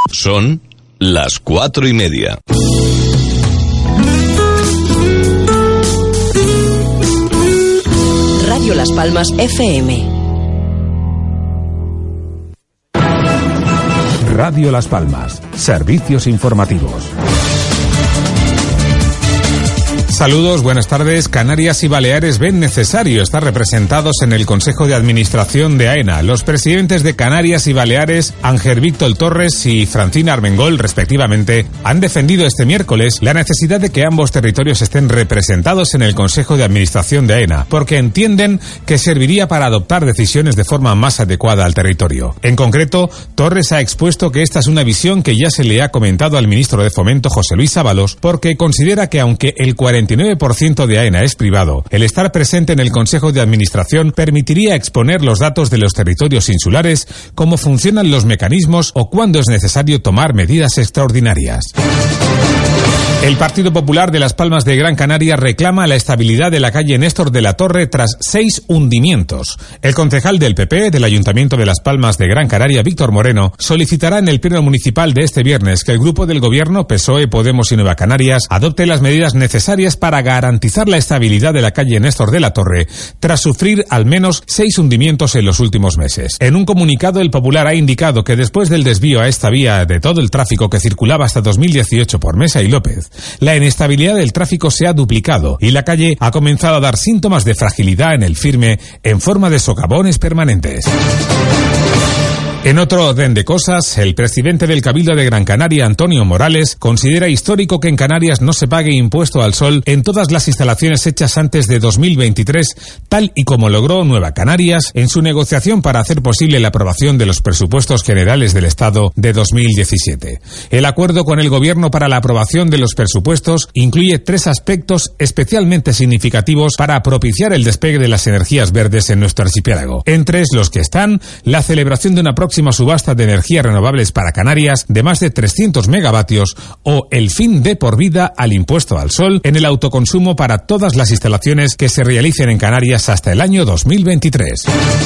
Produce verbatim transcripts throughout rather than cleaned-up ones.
Son las cuatro y media. Radio Las Palmas F M. Radio Las Palmas. Servicios informativos. Saludos, buenas tardes. Canarias y Baleares ven necesario estar representados en el Consejo de Administración de AENA. Los presidentes de Canarias y Baleares, Ángel Víctor Torres y Francina Armengol, respectivamente, han defendido este miércoles la necesidad de que ambos territorios estén representados en el Consejo de Administración de AENA, porque entienden que serviría para adoptar decisiones de forma más adecuada al territorio. En concreto, Torres ha expuesto que esta es una visión que ya se le ha comentado al ministro de Fomento, José Luis Ábalos, porque considera que aunque el cuarenta y nueve por ciento de AENA es privado, el estar presente en el Consejo de Administración permitiría exponer los datos de los territorios insulares, cómo funcionan los mecanismos o cuándo es necesario tomar medidas extraordinarias. El Partido Popular de Las Palmas de Gran Canaria reclama la estabilidad de la calle Néstor de la Torre tras seis hundimientos. El concejal del P P del Ayuntamiento de Las Palmas de Gran Canaria, Víctor Moreno, solicitará en el pleno municipal de este viernes que el grupo del Gobierno, P S O E, Podemos y Nueva Canarias, adopte las medidas necesarias para garantizar la estabilidad de la calle Néstor de la Torre tras sufrir al menos seis hundimientos en los últimos meses. En un comunicado, el Popular ha indicado que después del desvío a esta vía de todo el tráfico que circulaba hasta dos mil dieciocho por Mesa y López, la inestabilidad del tráfico se ha duplicado y la calle ha comenzado a dar síntomas de fragilidad en el firme en forma de socavones permanentes. En otro orden de cosas, el presidente del Cabildo de Gran Canaria, Antonio Morales, considera histórico que en Canarias no se pague impuesto al sol en todas las instalaciones hechas antes de dos mil veintitrés, tal y como logró Nueva Canarias en su negociación para hacer posible la aprobación de los presupuestos generales del Estado de dos mil diecisiete. El acuerdo con el Gobierno para la aprobación de los presupuestos incluye tres aspectos especialmente significativos para propiciar el despegue de las energías verdes en nuestro archipiélago. Entre los que están la celebración de una próxima subasta de energías renovables para Canarias de más de trescientos megavatios o el fin de por vida al impuesto al sol en el autoconsumo para todas las instalaciones que se realicen en Canarias hasta el año dos mil veintitrés.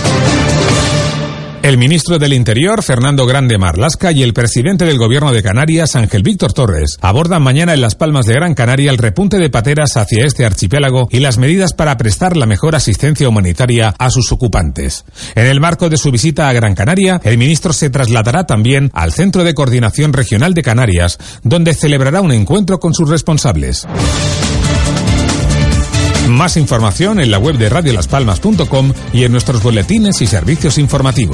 El ministro del Interior, Fernando Grande Marlaska, y el presidente del Gobierno de Canarias, Ángel Víctor Torres, abordan mañana en Las Palmas de Gran Canaria el repunte de pateras hacia este archipiélago y las medidas para prestar la mejor asistencia humanitaria a sus ocupantes. En el marco de su visita a Gran Canaria, el ministro se trasladará también al Centro de Coordinación Regional de Canarias, donde celebrará un encuentro con sus responsables. Más información en la web de radio las palmas punto com y en nuestros boletines y servicios informativos.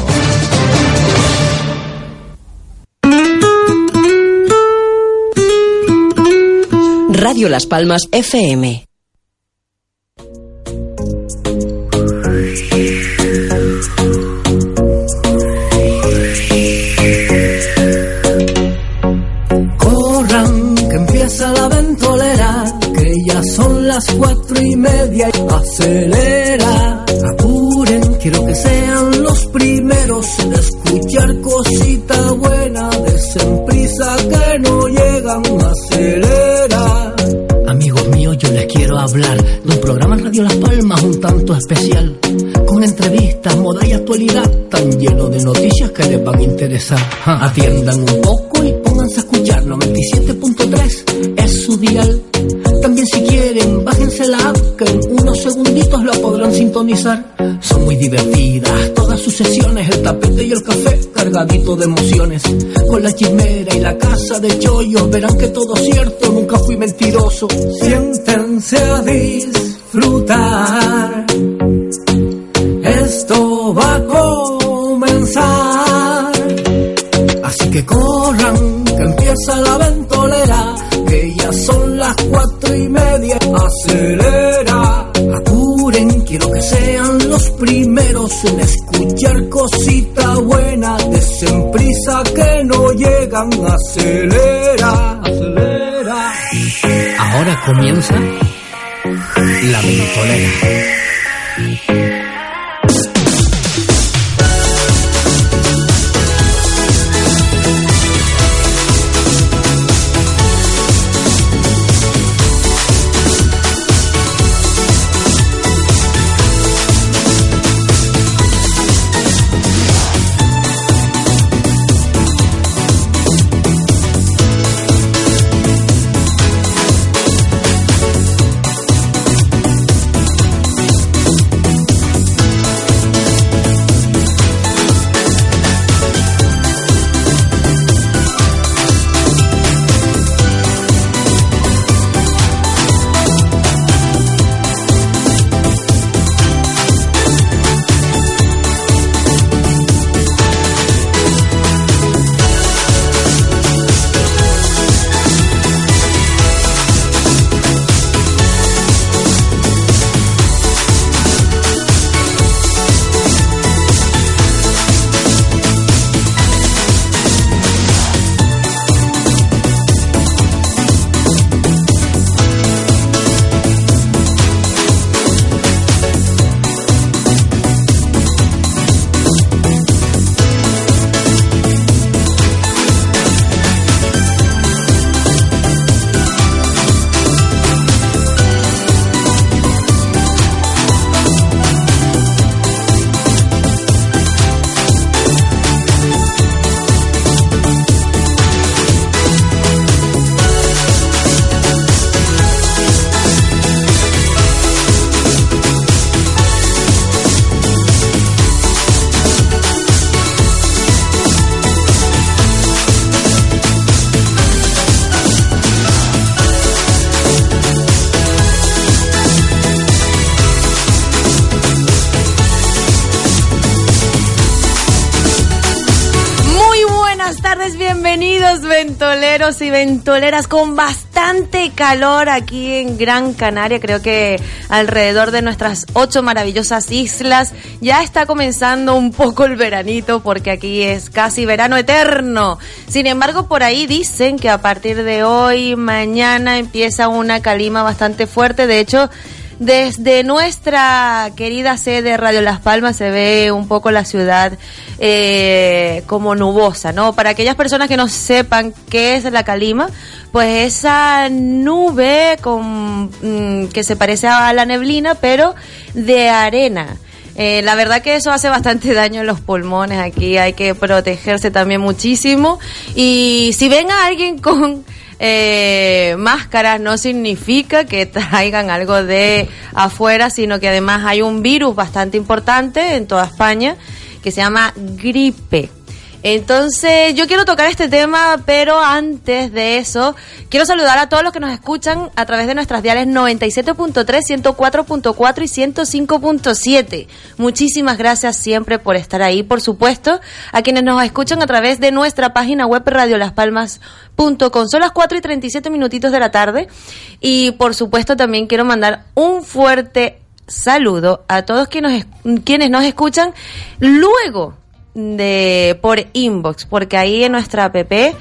Radio Las Palmas F M. Corran, que empieza la ventolera, que ya son las cuatro y media. Acelera, apuren, quiero que sean los primeros en escuchar cosita buena. Desen prisa que no llegan, acelera. Amigos míos, yo les quiero hablar de un programa en Radio Las Palmas un tanto especial, con entrevistas, moda y actualidad, tan lleno de noticias que les van a interesar. Atiendan un poco y pónganse a escuchar. Noventa y siete punto tres es su dial. También si quieren, bájense la app, que en unos segunditos la podrán sintonizar. Son muy divertidas todas sus sesiones, el tapete y el café cargadito de emociones. Con la chimera y la casa de chollos, verán que todo cierto, nunca fui mentiroso. Siéntense a disfrutar, esto va a comenzar. Así que corran, que empieza la ventolera, que ya son las cuatro y media. Acelera, apuren, quiero que sean los primeros en escuchar cosita buena. Desen prisa que no llegan, acelera, acelera. Ahora comienza la ventolera. tardes, bienvenidos ventoleros y ventoleras con bastante calor aquí en Gran Canaria. Creo que alrededor de nuestras ocho maravillosas islas ya está comenzando un poco el veranito, porque aquí es casi verano eterno. Sin embargo, por ahí dicen que a partir de hoy, mañana, empieza una calima bastante fuerte. De hecho, desde nuestra querida sede Radio Las Palmas se ve un poco la ciudad eh, como nubosa, ¿no? Para aquellas personas que no sepan qué es la calima, pues esa nube con mm, que se parece a la neblina, pero de arena. Eh, la verdad que eso hace bastante daño en los pulmones. Aquí hay que protegerse también muchísimo. Y si ven a alguien con eh, máscaras, no significa que traigan algo de afuera, sino que además hay un virus bastante importante en toda España que se llama gripe. Entonces, yo quiero tocar este tema, pero antes de eso, quiero saludar a todos los que nos escuchan a través de nuestras diales noventa y siete punto tres, ciento cuatro punto cuatro y ciento cinco punto siete. Muchísimas gracias siempre por estar ahí. Por supuesto, a quienes nos escuchan a través de nuestra página web radio las palmas punto com. Son las cuatro y treinta y siete minutitos de la tarde. Y, por supuesto, también quiero mandar un fuerte saludo a todos quienes, quienes nos escuchan luego de por inbox, porque ahí en nuestra app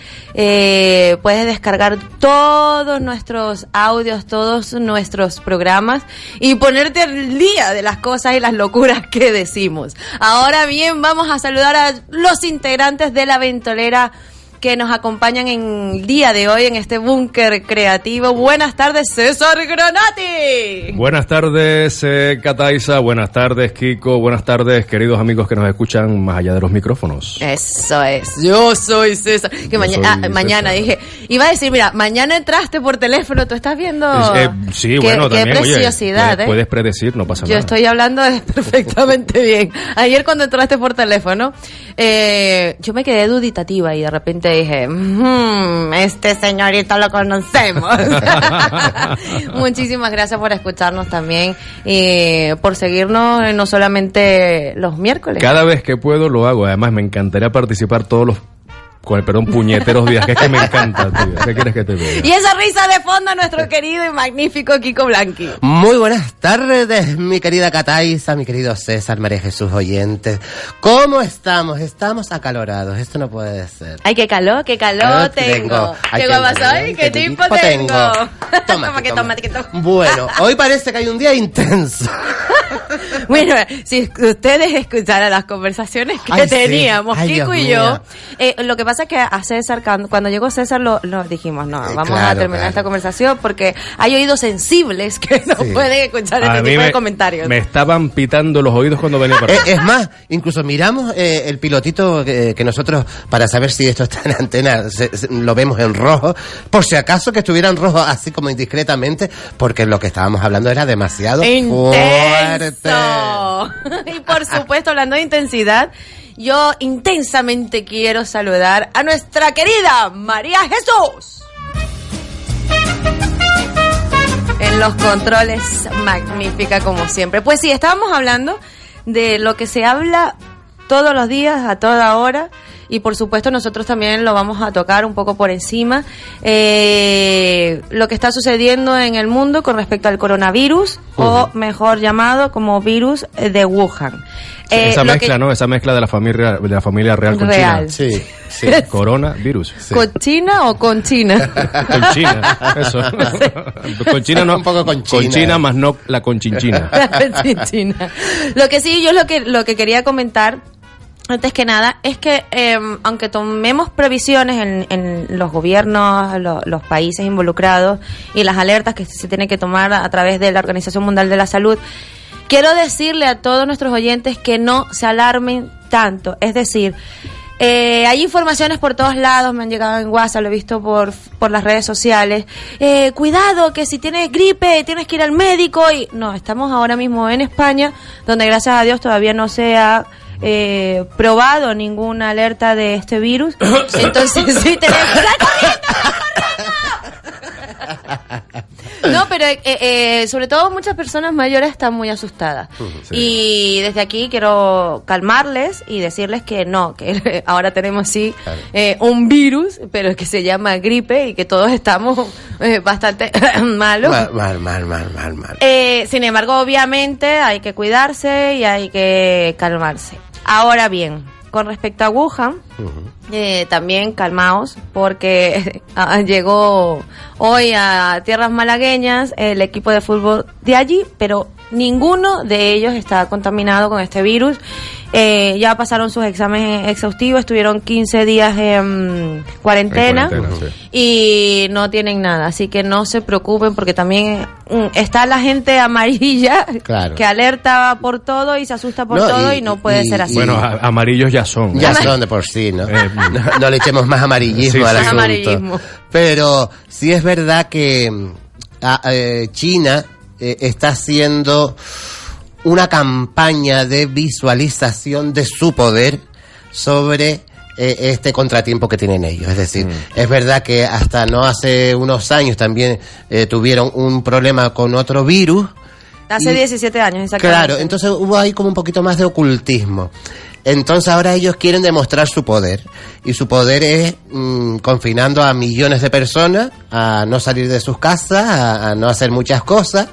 eh, puedes descargar todos nuestros audios, todos nuestros programas y ponerte al día de las cosas y las locuras que decimos. Ahora bien, vamos a saludar a los integrantes de la ventolera que nos acompañan en el día de hoy en este búnker creativo. Buenas tardes, César Granati. Buenas tardes, eh, Cataiza. Buenas tardes, Kiko. Buenas tardes, queridos amigos que nos escuchan más allá de los micrófonos. Eso es. Yo soy César. Que maña- soy ah, mañana César. Dije, iba a decir, mira, mañana entraste por teléfono, tú estás viendo. Eh, sí, qué, bueno, qué también. preciosidad, Oye, puedes, ¿eh? puedes predecir, no pasa Yo nada. estoy hablando perfectamente bien. Ayer cuando entraste por teléfono, eh, yo me quedé duditativa y de repente dije, mmm, este señorito lo conocemos. Muchísimas gracias por escucharnos también y por seguirnos eh, no solamente los miércoles. Cada vez que puedo lo hago. Además, me encantaría participar todos los, con el perdón, puñeteros días, que es que me encanta, tío. ¿Qué quieres que te diga? Y esa risa de fondo, nuestro querido y magnífico Kiko Blanqui. Muy buenas tardes, mi querida Cataiza, mi querido César, María Jesús oyentes. ¿Cómo estamos? Estamos acalorados, esto no puede ser. Ay, qué calor, qué calor tengo. tengo. Ay, qué guapa soy, qué tipo tengo. tengo. Toma, que toma, que toma. Bueno, hoy parece que hay un día intenso. Bueno, si ustedes escucharan las conversaciones que Ay, teníamos, sí. Ay, Kiko y yo, eh, lo que pasa es que a César, cuando llegó César, lo, lo dijimos, no, vamos claro, a terminar claro. esta conversación porque hay oídos sensibles que no sí. pueden escuchar a este tipo me, de comentarios. Me estaban pitando los oídos cuando venía para acá. Es, es más, incluso miramos eh, el pilotito que, que nosotros, para saber si esto está en antena, se, se, lo vemos en rojo, por si acaso que estuviera en rojo así como indiscretamente, porque lo que estábamos hablando era demasiado ¡intenso! Fuerte. Y por supuesto, hablando de intensidad, yo intensamente quiero saludar a nuestra querida María Jesús. En los controles, magnífica como siempre. Pues sí, estábamos hablando de lo que se habla todos los días, a toda hora, y por supuesto nosotros también lo vamos a tocar un poco por encima, eh, lo que está sucediendo en el mundo con respecto al coronavirus, uh-huh. o mejor llamado como virus de Wuhan. Sí, eh, esa mezcla, que... ¿no? Esa mezcla de la familia de la familia real con real. China. Sí, sí. Coronavirus. Sí. ¿Con China o con China? Con China, eso. Sí. Con China no. Un poco con China. Con China más no la conchinchina. La conchinchina. Lo que sí, yo lo que lo que quería comentar antes que nada es que eh, aunque tomemos previsiones en, en los gobiernos, lo, los países involucrados y las alertas que se tienen que tomar a través de la Organización Mundial de la Salud, quiero decirle a todos nuestros oyentes que no se alarmen tanto. Es decir, eh, hay informaciones por todos lados, me han llegado en WhatsApp, lo he visto por, por las redes sociales. Eh, cuidado, que si tienes gripe tienes que ir al médico. Y no, estamos ahora mismo en España, donde gracias a Dios todavía no se ha eh, probado ninguna alerta de este virus. Entonces sí tenemos... No, pero eh, eh, sobre todo muchas personas mayores están muy asustadas. Sí. Y desde aquí quiero calmarles y decirles que no, que ahora tenemos sí eh, un virus, pero que se llama gripe y que todos estamos eh, bastante malos. Mal, mal, mal, mal, mal, mal. Eh, sin embargo, obviamente hay que cuidarse y hay que calmarse. Ahora bien, con respecto a Wuhan, uh-huh. eh, también calmaos, porque eh, llegó hoy a tierras malagueñas el equipo de fútbol de allí, pero ninguno de ellos está contaminado con este virus. Eh, ya pasaron sus exámenes exhaustivos, estuvieron quince días en cuarentena, en cuarentena sí. Y no tienen nada, así que no se preocupen porque también mm, está la gente amarilla claro. que alerta por todo y se asusta por no, todo y, y no puede y, ser así. Bueno, a, amarillos ya son. Ya son de por sí, ¿no? Eh, no, no le echemos más amarillismo sí, al sí. asunto. Amarillismo. Pero sí es verdad que a, eh, China eh, está haciendo una campaña de visualización de su poder sobre eh, este contratiempo que tienen ellos. Es decir, mm. es verdad que hasta no hace unos años también eh, tuvieron un problema con otro virus. Hace y, diecisiete años, exactamente. Claro, entonces hubo ahí como un poquito más de ocultismo. Entonces ahora ellos quieren demostrar su poder. Y su poder es mmm, confinando a millones de personas a no salir de sus casas, a, a no hacer muchas cosas.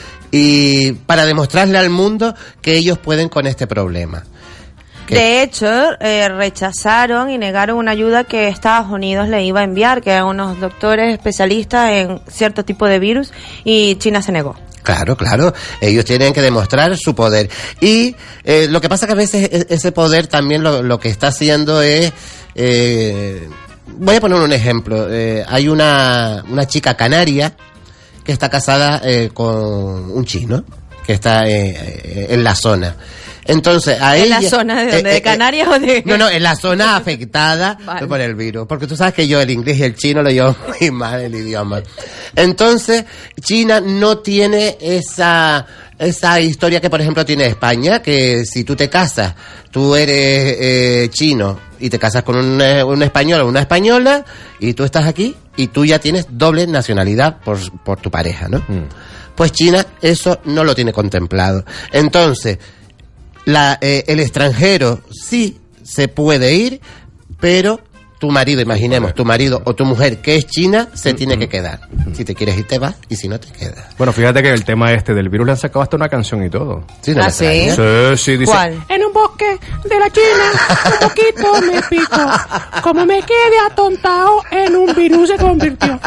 Y para demostrarle al mundo que ellos pueden con este problema. ¿Qué? De hecho, eh, rechazaron y negaron una ayuda que Estados Unidos le iba a enviar, que eran unos doctores especialistas en cierto tipo de virus, y China se negó. Claro, claro, ellos tienen que demostrar su poder. Y eh, lo que pasa que a veces ese poder también lo, lo que está haciendo es... Eh, voy a poner un ejemplo. Eh, hay una, una chica canaria que está casada eh, con un chino, que está eh, en la zona. Entonces, a ¿En ella... la zona de dónde? Eh, ¿De eh, Canarias o de...? No, no, en la zona afectada vale. por el virus. Porque tú sabes que yo el inglés y el chino lo llevo muy mal, el idioma. Entonces, China no tiene esa... esa historia que, por ejemplo, tiene España, que si tú te casas, tú eres eh, chino y te casas con un, eh, un español o una española y tú estás aquí y tú ya tienes doble nacionalidad por, por tu pareja, ¿no? Mm. Pues China eso no lo tiene contemplado. Entonces, la, eh, el extranjero sí se puede ir, pero tu marido, imaginemos, tu marido o tu mujer que es china, se mm-hmm. tiene que quedar. Si te quieres ir, te vas, y si no, te quedas. Bueno, fíjate que el tema este del virus le han sacado hasta una canción y todo. Sí, no ¿Ah, me sí? extraña. Sí, sí, dice... ¿Cuál? En un bosque de la China, un poquito me pico. Como me quedé atontado, en un virus se convirtió.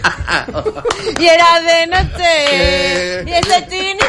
Y era de noche, y ese chinito.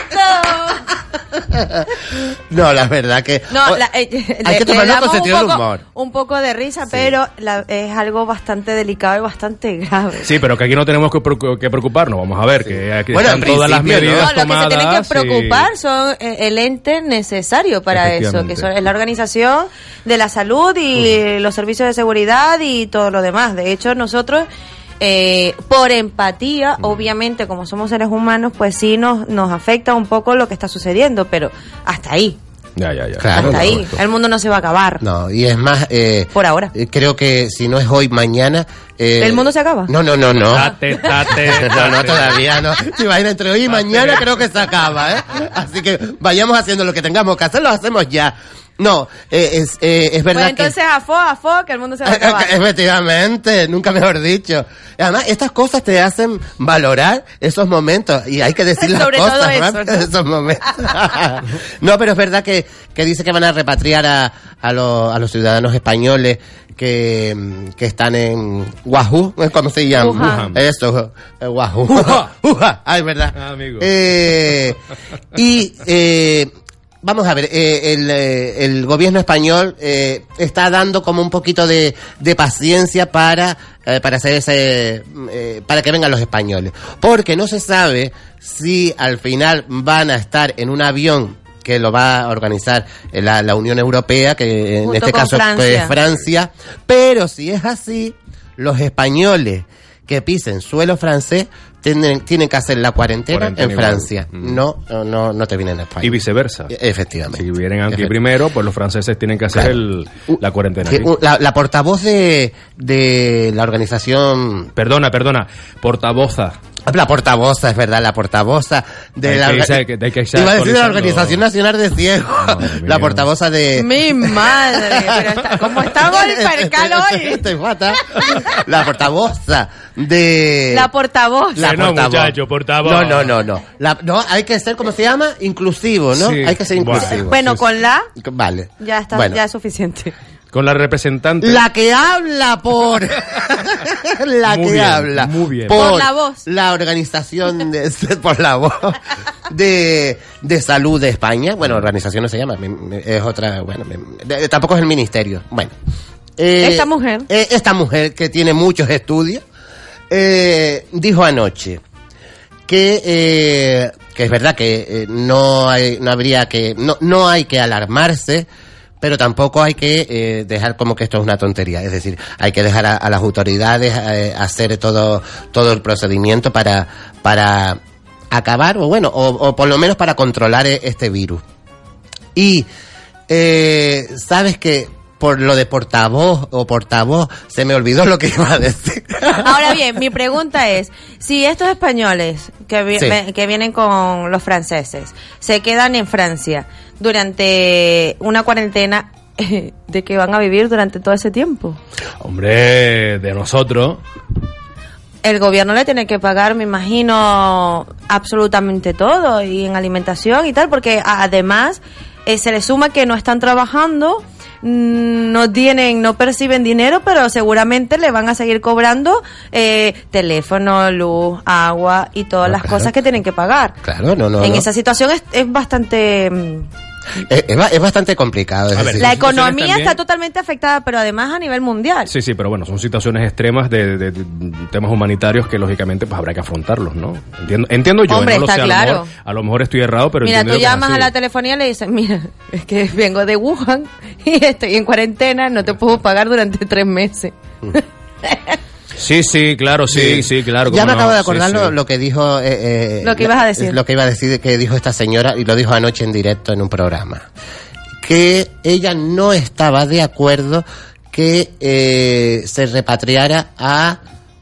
No, la verdad que... No, la, eh, hay le, que tomarlo con un sentido poco, del humor. Un poco de risa, Sí. pero la, es algo bastante delicado y bastante grave. Sí, pero que aquí no tenemos que, preocu- que preocuparnos. Vamos a ver, sí. que aquí Bueno, están en todas las principio, medidas No, lo que tomadas. se tienen que preocupar y... son eh, el ente necesario para eso, Efectivamente. que son, es la organización de la salud y uh. los servicios de seguridad y todo lo demás. De hecho, nosotros... Eh, por empatía, mm. obviamente, como somos seres humanos, pues sí nos, nos afecta un poco lo que está sucediendo, pero hasta ahí. Ya, ya, ya. Claro, hasta no, ahí. no. El mundo no se va a acabar. No, y es más... Eh, por ahora. Eh, creo que si no es hoy, mañana... Eh, ¿El mundo se acaba? No, no, no, no. Tate, tate, no, no, todavía no. Si va a ir entre hoy y mañana, creo que se acaba, ¿eh? Así que vayamos haciendo lo que tengamos que hacer, lo hacemos ya. No, eh, es, eh, es verdad pues entonces, que... a fo, a fo, que el mundo se va a acabar. Efectivamente, nunca mejor dicho. Además, estas cosas te hacen valorar esos momentos y hay que decir las Sobre cosas todo eso, ¿no? ¿no? esos momentos. No, pero es verdad que, que dice que van a repatriar a, a, los, a los ciudadanos españoles que, que están en Wahoo, ¿cómo se llama? Wuhan. Eso, eh, Wahoo. Uja. Uja. Ay, verdad. Ah, amigo. Eh, y... Eh, Vamos a ver, eh, el, eh, el gobierno español eh, está dando como un poquito de, de paciencia para, eh, para hacer ese, eh, para que vengan los españoles. Porque no se sabe si al final van a estar en un avión que lo va a organizar la, la Unión Europea, que en Junto este con caso Francia. es Francia. Pero si es así, los españoles que pisen suelo francés tienen, tienen que hacer la cuarentena, Cuarentena en Francia. igual. No, no, no te vienen a España. Y viceversa. Efectivamente. Si vienen aquí Efectivamente. primero, pues los franceses tienen que hacer Claro. el, la cuarentena Que, aquí. uh, la, la portavoz de, de la organización... Perdona, perdona. Portavoza. La portavoza, es verdad, la portavoza de Hay la... que irse- que- hay que irse iba a decir de la actualizando. Organización Nacional de Ciegos. Madre La mía. portavoza de... Mi madre, pero está, como estamos el percal hoy. Estoy fatal. La portavoza de... La portavoz. La No, portavoz. muchacho, portavoz. No, no, no, no. La- no, hay que ser, ¿cómo se llama? Inclusivo, ¿no? Sí. Hay que ser inclusivo. Bueno, Sí, con la Vale. ya está, Bueno, ya es suficiente. Con la representante. la que habla por... la Muy que bien, habla muy bien. Por la voz. la organización de... por la voz de, de salud de España. Bueno, organización no se llama, me- me- es otra... Bueno, me- de- tampoco es el ministerio. Bueno. Eh, Esta mujer. eh, esta mujer que tiene muchos estudios, eh, dijo anoche que... eh, que es verdad que eh, no hay, no habría que... No, no hay que alarmarse, pero tampoco hay que eh, dejar como que esto es una tontería. Es decir, hay que dejar a, a las autoridades eh, hacer todo todo el procedimiento para para acabar, o bueno, o, o por lo menos para controlar e- este virus. Y eh, sabes que por lo de portavoz o portavoz se me olvidó lo que iba a decir. Ahora bien, mi pregunta es, si estos españoles que, vi- Sí. ve- que vienen con los franceses se quedan en Francia durante una cuarentena, ¿de qué van a vivir durante todo ese tiempo? Hombre, de nosotros. El gobierno le tiene que pagar, me imagino, absolutamente todo, y en alimentación y tal, porque además eh, se le suma que no están trabajando, mm, no tienen, no perciben dinero, pero seguramente le van a seguir cobrando eh, teléfono, luz, agua y todas Ah, las claro. cosas que tienen que pagar. Claro, no, no. en no. esa situación es, es bastante... mm, Es, es ba- es bastante complicado. Es A ver, decir, la situaciones economía también- está totalmente afectada, pero además a nivel mundial. Sí, sí, pero bueno, son situaciones extremas de, de- de temas humanitarios que lógicamente pues habrá que afrontarlos, ¿no? Entiendo, entiendo yo, Hombre, no lo está sé, a, claro. lo mejor, a lo mejor estoy errado, pero Mira, entiendo tú yo que es llamas así. a la telefonía y le dices, mira, es que vengo de Wuhan y estoy en cuarentena, no te puedo pagar durante tres meses. Sí, sí, claro, sí, sí, claro. Ya cómo me no, acabo de sí, acordar sí. Lo, lo que dijo... eh, eh, Lo que ibas a decir. Lo que iba a decir que dijo esta señora, y lo dijo anoche en directo en un programa. Que ella no estaba de acuerdo que eh, se repatriara a...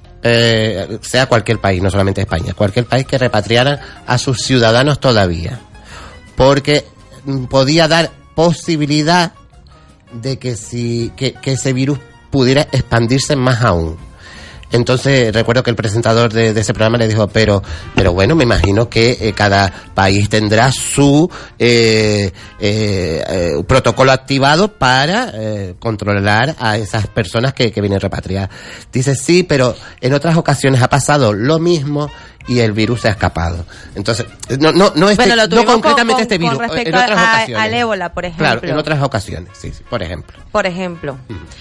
Eh, sea cualquier país, no solamente España, cualquier país que repatriara a sus ciudadanos todavía. Porque mm, podía dar posibilidad de que, si, que, que ese virus pudiera expandirse más aún. Entonces recuerdo que el presentador de, de ese programa le dijo, pero pero bueno, me imagino que eh, cada país tendrá su eh, eh, eh, protocolo activado para eh, controlar a esas personas que, que vienen repatriadas. Dice, sí, pero en otras ocasiones ha pasado lo mismo y el virus se ha escapado. Entonces, no no no, este, Bueno, lo no tuvimos concretamente con- este con virus, respecto en otras a- ocasiones. al ébola, por ejemplo. Claro, en otras ocasiones, sí, sí, por ejemplo. Por ejemplo.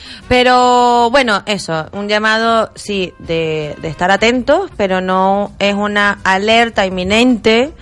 Pero bueno, eso, un llamado, sí, de, de estar atentos, pero no es una alerta inminente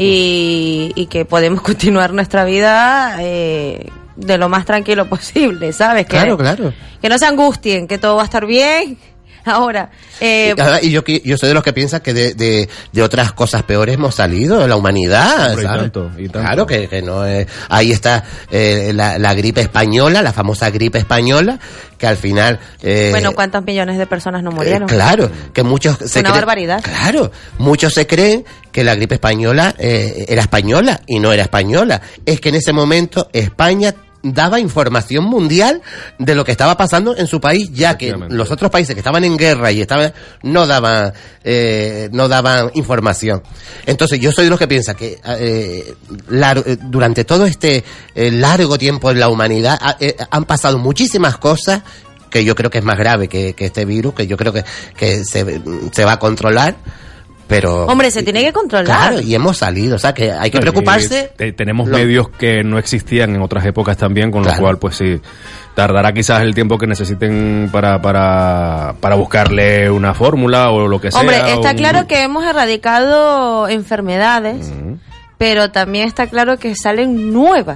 y, y que podemos continuar nuestra vida eh, de lo más tranquilo posible, ¿sabes? Que, Claro, claro. Que no se angustien, que todo va a estar bien. Ahora, eh, Y, ah, y yo qui- yo soy de los que piensan que de, de, de otras cosas peores hemos salido, la humanidad, Hombre, y ¿sabes? tanto, y tanto. Claro que, que no es... Ahí está eh, la, la gripe española, la famosa gripe española, que al final... eh, bueno, ¿cuántos millones de personas no eh, murieron? claro, que muchos se Una creen- barbaridad. Claro, muchos se creen que la gripe española eh, era española y no era española. Es que en ese momento España daba información mundial de lo que estaba pasando en su país, ya que Efectivamente. los otros países que estaban en guerra y estaban no daban eh, no daban información. Entonces yo soy de los que piensa que eh, lar- eh, durante todo este eh, largo tiempo en la humanidad ha- eh, han pasado muchísimas cosas que yo creo que es más grave que, que este virus, que yo creo que, que se, se va a controlar. Pero Hombre, se tiene que controlar. Claro, y hemos salido, o sea que hay que No, y preocuparse. te- tenemos Lo- medios que no existían en otras épocas también, con Claro. lo cual, pues sí, tardará quizás el tiempo que necesiten para para, para buscarle una fórmula o lo que sea. Hombre, está un- claro que hemos erradicado enfermedades, pero también está claro que salen nuevas.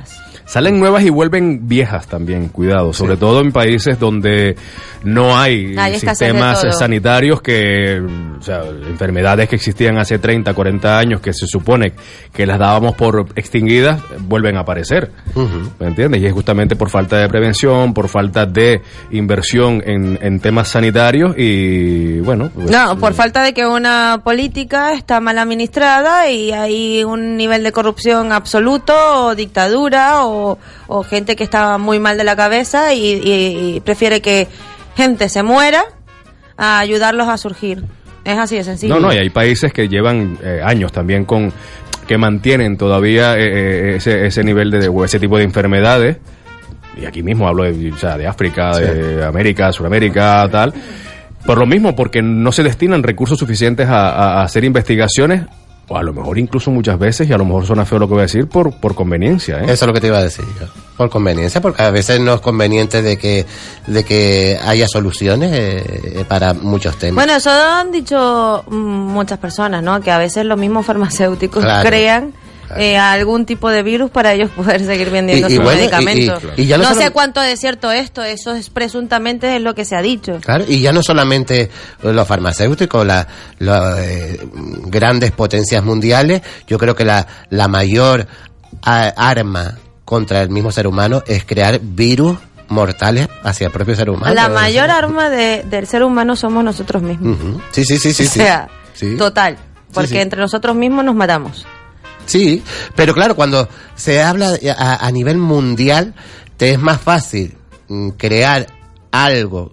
Salen nuevas y vuelven viejas también, cuidado, sobre sí. todo en países donde no hay, hay sistemas sanitarios que, o sea, enfermedades que existían hace treinta, cuarenta años que se supone que las dábamos por extinguidas, vuelven a aparecer, uh-huh. ¿me entiendes? Y es justamente por falta de prevención, por falta de inversión en, en temas sanitarios y, bueno... Pues, no, por falta de que una política está mal administrada y hay un nivel de corrupción absoluto o dictadura o O, o gente que está muy mal de la cabeza y, y, y prefiere que gente se muera a ayudarlos a surgir. Es así de sencillo. No, no, y hay países que llevan eh, años también con que mantienen todavía eh, ese, ese nivel de, o ese tipo de enfermedades. Y aquí mismo hablo de, o sea, de África, sí. de América, Sudamérica, tal. Por lo mismo, porque no se destinan recursos suficientes a, a, a hacer investigaciones. O a lo mejor incluso muchas veces, y a lo mejor suena feo lo que voy a decir, por por conveniencia, ¿eh? Eso es lo que te iba a decir yo. Por conveniencia, porque a veces no es conveniente de que de que haya soluciones eh, para muchos temas. Bueno, eso han dicho muchas personas, ¿no? Que a veces los mismos farmacéuticos claro. crean Claro. Eh, algún tipo de virus para ellos poder seguir vendiendo y, sus y bueno, medicamentos. Y, y, y ya no no solo... sé cuánto es cierto esto, eso es presuntamente es lo que se ha dicho. Claro, y ya no solamente los farmacéuticos, las la, eh, grandes potencias mundiales, yo creo que la, la mayor a, arma contra el mismo ser humano es crear virus mortales hacia el propio ser humano. La mayor arma de, del ser humano somos nosotros mismos. Uh-huh. Sí, sí, sí, sí. O sea, sí. total, porque sí, sí. entre nosotros mismos nos matamos. Sí, pero claro, cuando se habla a, a nivel mundial, te es más fácil mm, crear algo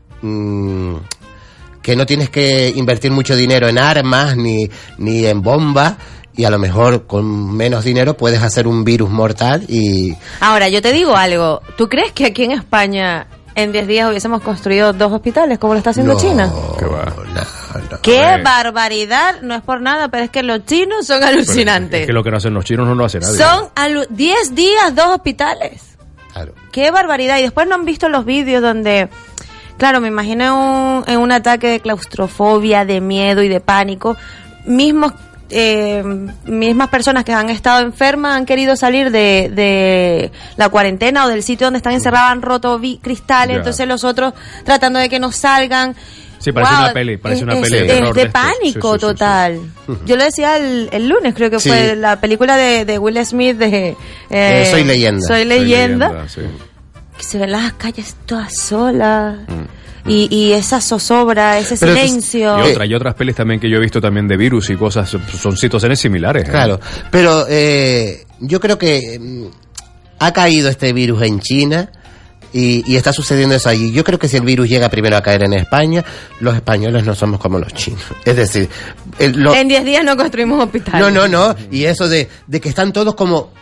mm, que no tienes que invertir mucho dinero en armas ni, ni en bombas, y a lo mejor con menos dinero puedes hacer un virus mortal y... Ahora, yo te digo algo, ¿tú crees que aquí en España en diez días hubiésemos construido dos hospitales como lo está haciendo no, China? ¿Qué va? No, no, ¡Qué eh. barbaridad! No es por nada, pero es que los chinos son alucinantes. Es que lo que no hacen los chinos no lo hace nadie. Son alu- diez días, dos hospitales. Claro. ¡Qué barbaridad! Y después no han visto los vídeos donde... Claro, me imagino un, en un ataque de claustrofobia, de miedo y de pánico. Mismos... Eh, mismas personas que han estado enfermas han querido salir de, de la cuarentena o del sitio donde están encerrados, han roto vi- cristales, ya. Entonces los otros tratando de que no salgan. Sí, parece wow, una peli, parece una es, peli de, de terror. De, de pánico sí, sí, total. Sí, sí. Yo lo decía el, el lunes, creo que sí. fue la película de, de Will Smith de eh, eh, Soy leyenda. Soy leyenda. Soy leyenda sí. Que se ven las calles todas solas. Mm. Y, y esa zozobra, ese pero silencio. Y, otra, y otras pelis también que yo he visto también de virus y cosas, son situaciones similares. ¿eh? Claro, pero eh, yo creo que mm, ha caído este virus en China y, y está sucediendo eso allí. Yo creo que si el virus llega primero a caer en España, los españoles no somos como los chinos. Es decir, el, lo... en diez días no construimos hospitales. No, no, no. Y eso de, de que están todos como...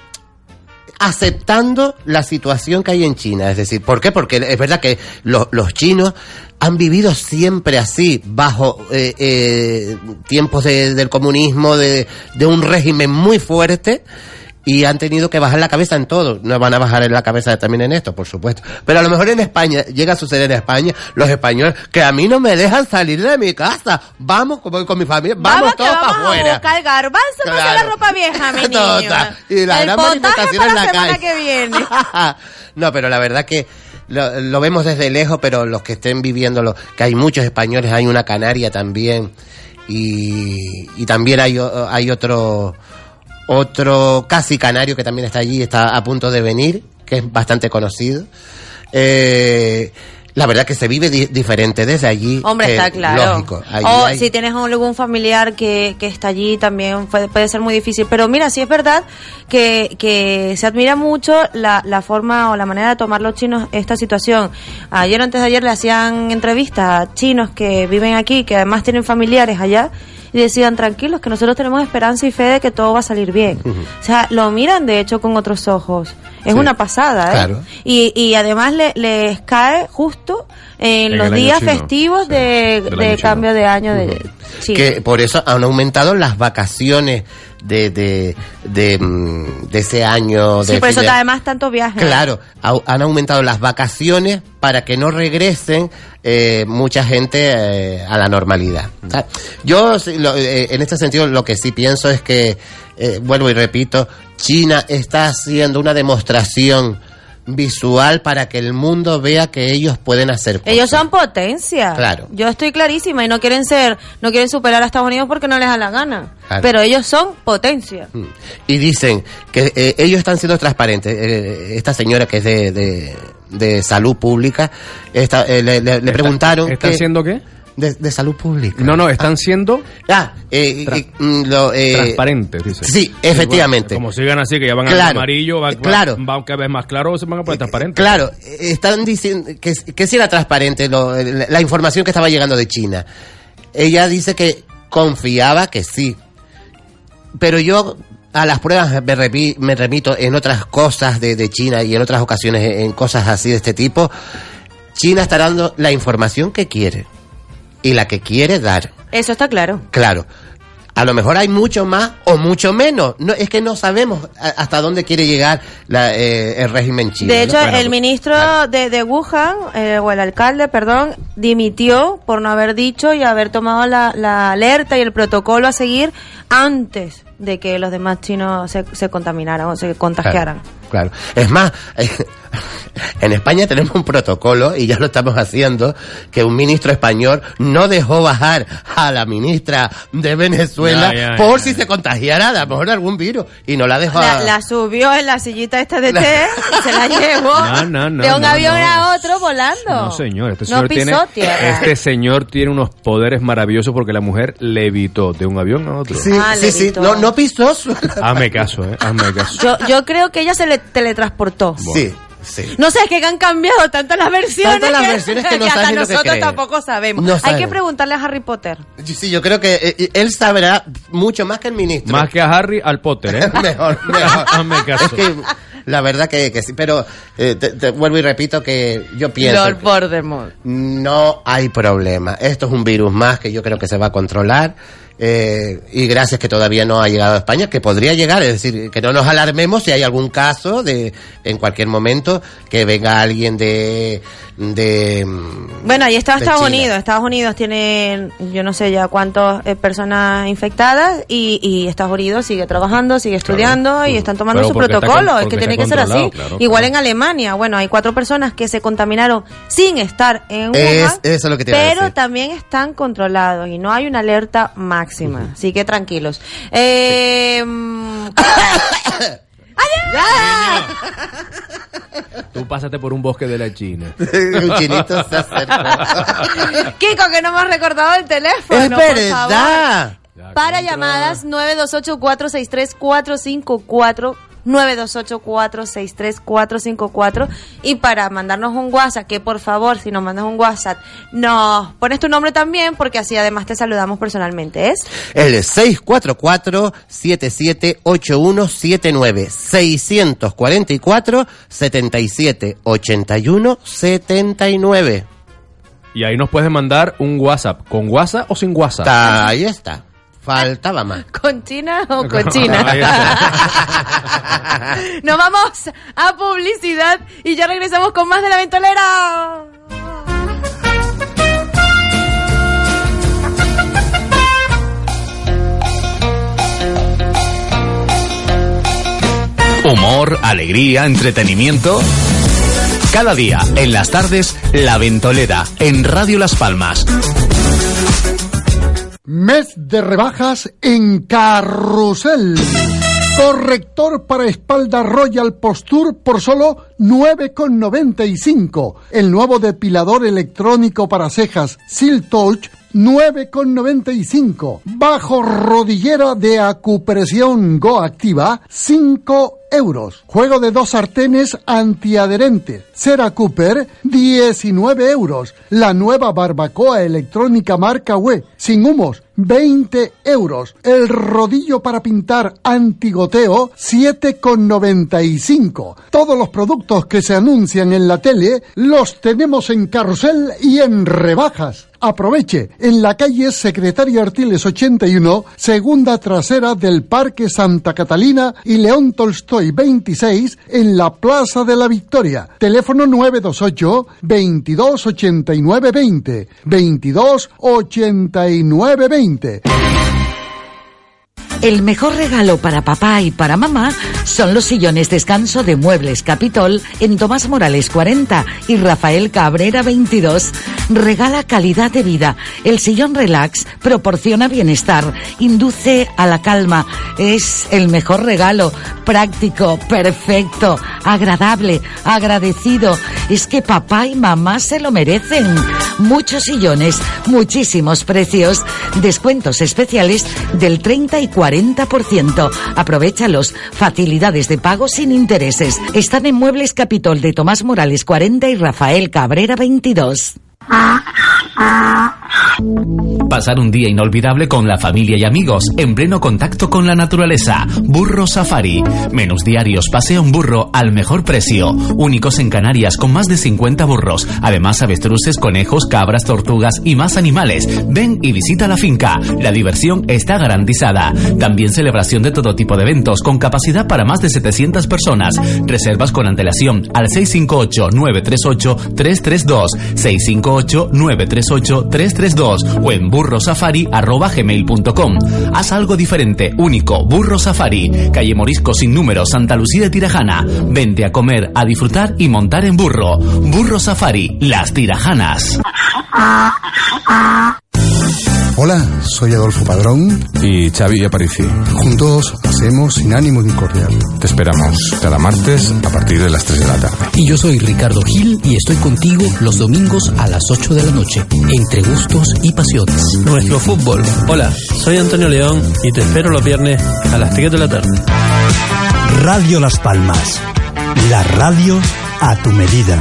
aceptando la situación que hay en China. Es decir, ¿por qué? Porque es verdad que los, los chinos han vivido siempre así, bajo eh, eh, tiempos de, del comunismo, de, de un régimen muy fuerte, y han tenido que bajar la cabeza en todo. No van a bajar en la cabeza también en esto, por supuesto. Pero a lo mejor en España, llega a suceder en España, los españoles, que a mí no me dejan salir de mi casa. Vamos, como con mi familia, vamos, vamos todos para afuera. Vamos a buscar garbanzo claro. para hacer la ropa vieja, mi niño. Y la el gran manifestación para en la, la semana calle. que viene. No, pero la verdad que lo, lo vemos desde lejos, pero los que estén viviéndolo, que hay muchos españoles, hay una canaria también, y, y también hay, hay otro... Otro casi canario que también está allí, está a punto de venir, que es bastante conocido. Eh, la verdad que se vive di- diferente desde allí. Hombre, está claro. Lógico. O hay... si tienes algún familiar que, que está allí, también puede, puede ser muy difícil. Pero mira, sí es verdad que, que se admira mucho la, la forma o la manera de tomar los chinos esta situación. Ayer o antes de ayer le hacían entrevistas a chinos que viven aquí, que además tienen familiares allá, y decían, tranquilos, que nosotros tenemos esperanza y fe de que todo va a salir bien. Uh-huh. O sea, lo miran de hecho con otros ojos. Es sí. una pasada, ¿eh? Claro. Y, y además le, les cae justo en, en los días chino. festivos sí. de, de cambio de año. Uh-huh. de sí. Que por eso han aumentado las vacaciones de de de, de ese año. Sí, de por eso de... además tantos viajes. Claro, ha, han aumentado las vacaciones para que no regresen eh, mucha gente eh, a la normalidad. O sea, yo, lo, eh, en este sentido, lo que sí pienso es que, eh, vuelvo y repito, China está haciendo una demostración visual para que el mundo vea que ellos pueden hacer cosas. Ellos son potencia. Claro. Yo estoy clarísima y no quieren ser, no quieren superar a Estados Unidos porque no les da la gana. Claro. Pero ellos son potencia. Y dicen que eh, ellos están siendo transparentes. Eh, esta señora que es de, de, de salud pública, esta, eh, le, le, le preguntaron... ¿Están siendo qué? De, de salud pública. No, no, están siendo ah, eh, tra- eh, lo, eh, transparentes, dice. Sí, efectivamente. Sí, bueno, como sigan así, que ya van claro, al amarillo, va, claro. va, va cada vez más claro, se van a poner transparentes. Claro, están diciendo que, que sí era transparente lo, la, la información que estaba llegando de China. Ella dice que confiaba que sí. Pero yo a las pruebas me, repi, me remito en otras cosas de, de China y en otras ocasiones en cosas así de este tipo. China está dando la información que quiere. Y la que quiere dar. Eso está claro. Claro. A lo mejor hay mucho más o mucho menos. No, es que no sabemos hasta dónde quiere llegar la, eh, el régimen chino. De hecho, ¿no? Bueno, el ministro claro. de, de Wuhan, eh, o el alcalde, perdón, dimitió por no haber dicho y haber tomado la, la alerta y el protocolo a seguir antes de que los demás chinos se, se contaminaran o se contagiaran. Claro, claro. Es más, en España tenemos un protocolo, y ya lo estamos haciendo, que un ministro español no dejó bajar a la ministra de Venezuela ya, ya, por ya, si ya. se contagiara a lo mejor algún virus, y no la dejó la, a... la subió en la sillita esta de té y se la llevó no, no, no, de un no, avión no. a otro volando. No, señor, este no señor, pisó tiene, tierra. este señor tiene unos poderes maravillosos porque la mujer levitó de un avión a otro. Sí, ah, sí, sí, no, no pisó su... Hazme caso, eh, hazme caso. Yo, yo creo que ella se le teletransportó. Bueno. Sí. Sí. No sé, es que han cambiado tanto las versiones, tanto las que, versiones que, no que hasta sabes nosotros lo que tampoco sabemos. No Hay sabemos. que preguntarle a Harry Potter. Sí, yo creo que eh, él sabrá mucho más que el ministro. Más que a Harry, al Potter, ¿eh? mejor, mejor. Hazme caso. Es que la verdad que, que sí, pero eh, te, te vuelvo y repito que yo pienso Lord Voldemort. No hay problema. Esto es un virus más que yo creo que se va a controlar. Eh, y gracias que todavía no ha llegado a España, que podría llegar, es decir, que no nos alarmemos si hay algún caso de en cualquier momento que venga alguien de de bueno, ahí está Estados China. Unidos. Estados Unidos tiene, yo no sé ya cuántas eh, personas infectadas y, y Estados Unidos sigue trabajando, sigue estudiando claro. y están tomando Pero su con, protocolo. Es que tiene que ser así. Claro, Igual claro. en Alemania, bueno, hay cuatro personas que se contaminaron sin estar en Wuhan, es, eso es lo que te iba a pero decir. también están controlados y no hay una alerta máxima. Uh-huh. Así que tranquilos. Eh, Tú pásate por un bosque de la China. Un chinito se acerca. Kiko, que no me has recordado el teléfono. Es verdad. Para llamadas nueve dos ocho, cuatro seis tres, cuatro cinco cuatro, nueve dos ocho, cuatro seis tres, cuatro cinco cuatro, y para mandarnos un WhatsApp, que por favor, si nos mandas un WhatsApp, nos pones tu nombre también, porque así además te saludamos personalmente. ¿Es? El seis cuatro cuatro, siete siete ocho uno siete nueve, seis cuatro cuatro, siete siete ocho uno siete nueve. Y ahí nos puedes mandar un WhatsApp, ¿con WhatsApp o sin WhatsApp? Está, ahí está. Faltaba más. ¿Con China o con China? Nos vamos a publicidad y ya regresamos con más de La Ventolera. Humor, alegría, entretenimiento. Cada día, en las tardes, La Ventolera, en Radio Las Palmas. Mes de rebajas en Carrusel. Corrector para espalda Royal Posture por solo nueve con noventa y cinco. El nuevo depilador electrónico para cejas Seal Touch, nueve con noventa y cinco. Bajo rodillera de acupresión Go Activa, cinco euros. Juego de dos sartenes antiadherentes Cera Cooper, diecinueve euros. La nueva barbacoa electrónica marca U E, sin humos, veinte euros. El rodillo para pintar antigoteo, siete con noventa y cinco. Todos los productos que se anuncian en la tele los tenemos en Carrusel y en rebajas. Aproveche, en la calle Secretario Artiles ochenta y uno, segunda trasera del Parque Santa Catalina y León Tolstoy veintiséis, en la Plaza de la Victoria. Teléfono nueve dos ocho, veintidós ochenta y nueve veinte, veintidós ochenta y nueve veinte. El mejor regalo para papá y para mamá son los sillones descanso de Muebles Capitol en Tomás Morales cuarenta y Rafael Cabrera veintidós. Regala calidad de vida. El sillón relax proporciona bienestar, induce a la calma. Es el mejor regalo, práctico, perfecto, agradable, agradecido. Es que papá y mamá se lo merecen. Muchos sillones, muchísimos precios, descuentos especiales del treinta y cuarenta por ciento. Aprovéchalos. Facilidades de pago sin intereses. Están en Muebles Capitol de Tomás Morales cuarenta y Rafael Cabrera veintidós. Pasar un día inolvidable con la familia y amigos, en pleno contacto con la naturaleza. Burro Safari. Menús diarios, pasea un burro al mejor precio. Únicos en Canarias, con más de cincuenta burros. Además, avestruces, conejos, cabras, tortugas y más animales. Ven y visita la finca. La diversión está garantizada. También celebración de todo tipo de eventos, con capacidad para más de setecientas personas. Reservas con antelación al seis cinco ocho, nueve tres ocho, tres tres dos, seis cinco ocho, nueve tres ocho, tres tres dos o en burrosafari arroba gmail punto com. Haz algo diferente, único. Burro Safari, calle Morisco sin número, Santa Lucía de Tirajana. Vente a comer, a disfrutar y montar en burro. Burro Safari, Las Tirajanas. Hola, soy Adolfo Padrón y Xavi Aparici. Juntos hacemos Sin Ánimo de Incordiar. Te esperamos cada martes a partir de las tres de la tarde. Y yo soy Ricardo Gil y estoy contigo los domingos a las ocho de la noche, entre gustos y pasiones. Nuestro fútbol. Hola, soy Antonio León y te espero los viernes a las tres de la tarde. Radio Las Palmas, la radio a tu medida.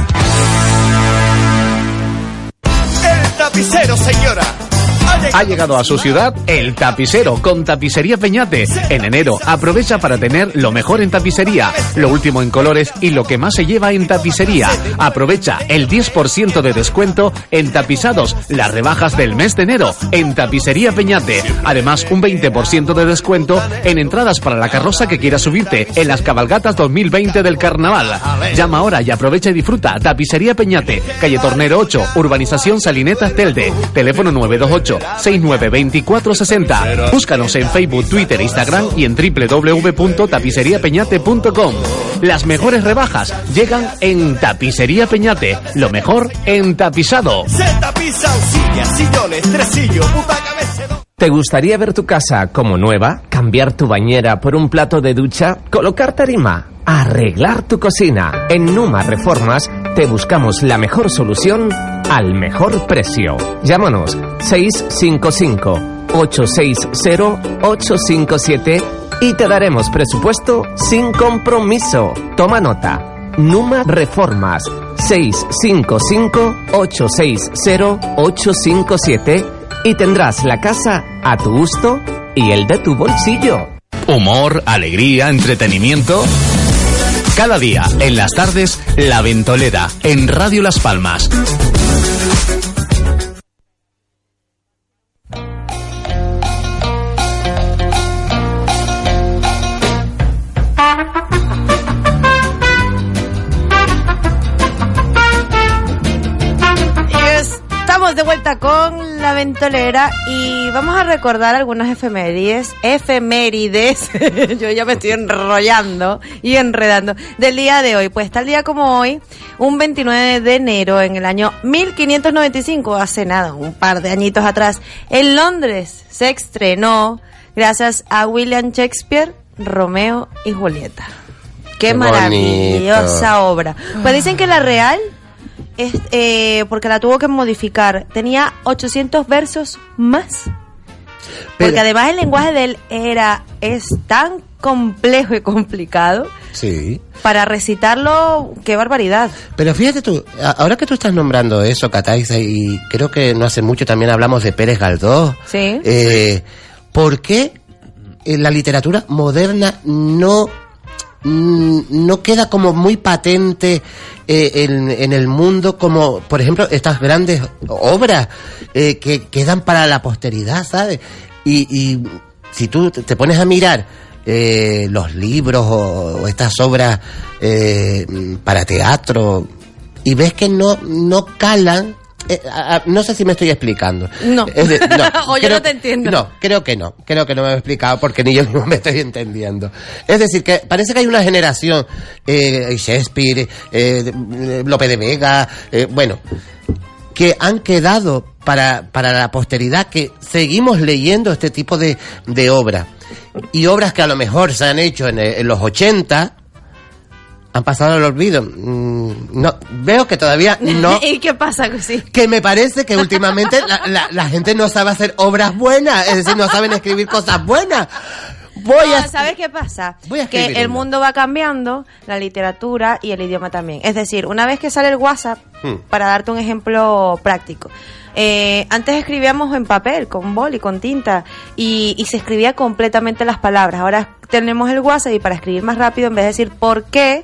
El tapicero, señora. Ha llegado a su ciudad el tapicero con Tapicería Peñate. En enero aprovecha para tener lo mejor en tapicería, lo último en colores y lo que más se lleva en tapicería. Aprovecha el diez por ciento de descuento en tapizados, las rebajas del mes de enero en Tapicería Peñate. Además, un veinte por ciento de descuento en entradas para la carroza que quiera subirte en las cabalgatas dos mil veinte del Carnaval. Llama ahora y aprovecha y disfruta. Tapicería Peñate, calle Tornero ocho, Urbanización Salinetas Telde. Teléfono nueve dos ocho, seis nueve dos cuatro seis cero. Búscanos en Facebook, Twitter, Instagram y en doble u doble u doble u punto tapicería peñate punto com. Las mejores rebajas llegan en Tapicería Peñate. Lo mejor en tapizado. Se tapiza sillas, sillones, tresillos, butaca, mecedor. ¿Te gustaría ver tu casa como nueva? ¿Cambiar tu bañera por un plato de ducha? ¿Colocar tarima? ¿Arreglar tu cocina? En Numa Reformas te buscamos la mejor solución al mejor precio. Llámanos seis cinco cinco, ocho seis cero, ocho cinco siete y te daremos presupuesto sin compromiso. Toma nota. Numa Reformas seis cinco cinco, ocho seis cero, ocho cinco siete y tendrás la casa a tu gusto y el de tu bolsillo. Humor, alegría, entretenimiento. Cada día, en las tardes, La Ventolera, en Radio Las Palmas. Estamos de vuelta con La Ventolera y vamos a recordar algunas efemérides, efemérides, yo ya me estoy enrollando y enredando, del día de hoy. Pues tal día como hoy, un veintinueve de enero en el año mil quinientos noventa y cinco, hace nada, un par de añitos atrás, en Londres se estrenó, gracias a William Shakespeare, Romeo y Julieta. Qué, Qué maravillosa bonito. Obra. Pues dicen que la Real... Es, eh, porque la tuvo que modificar. Tenía ochocientos versos más. Porque Pero, además el lenguaje de él era es tan complejo y complicado. Sí. Para recitarlo, qué barbaridad. Pero fíjate tú, ahora que tú estás nombrando eso, Cataiza, y creo que no hace mucho también hablamos de Pérez Galdós. Sí. Eh, ¿Por qué en la literatura moderna no... no queda como muy patente eh, en, en el mundo como, por ejemplo, estas grandes obras eh, que quedan para la posteridad, ¿sabes? Y, y si tú te pones a mirar eh, los libros o, o estas obras eh, para teatro y ves que no, no calan eh, a, no sé si me estoy explicando. No. Es de, no o yo creo, no te entiendo. No, creo que no. Creo que no me he explicado porque ni yo mismo me estoy entendiendo. Es decir, que parece que hay una generación, eh, Shakespeare, eh, Lope de Vega, eh, bueno, que han quedado para, para la posteridad, que seguimos leyendo este tipo de, de obras. Y obras que a lo mejor se han hecho en, en los ochenta... han pasado al olvido. No, veo que todavía no. ¿Y qué pasa? Sí. Que me parece que últimamente la, la, la gente no sabe hacer obras buenas, es decir, no saben escribir cosas buenas. Voy no, a... ¿Sabes qué pasa? Voy a que el uno. mundo va cambiando, la literatura y el idioma también. Es decir, una vez que sale el WhatsApp, hmm. para darte un ejemplo práctico, eh, antes escribíamos en papel, con boli, con tinta, y, y se escribía completamente las palabras. Ahora tenemos el WhatsApp y para escribir más rápido, en vez de decir por qué,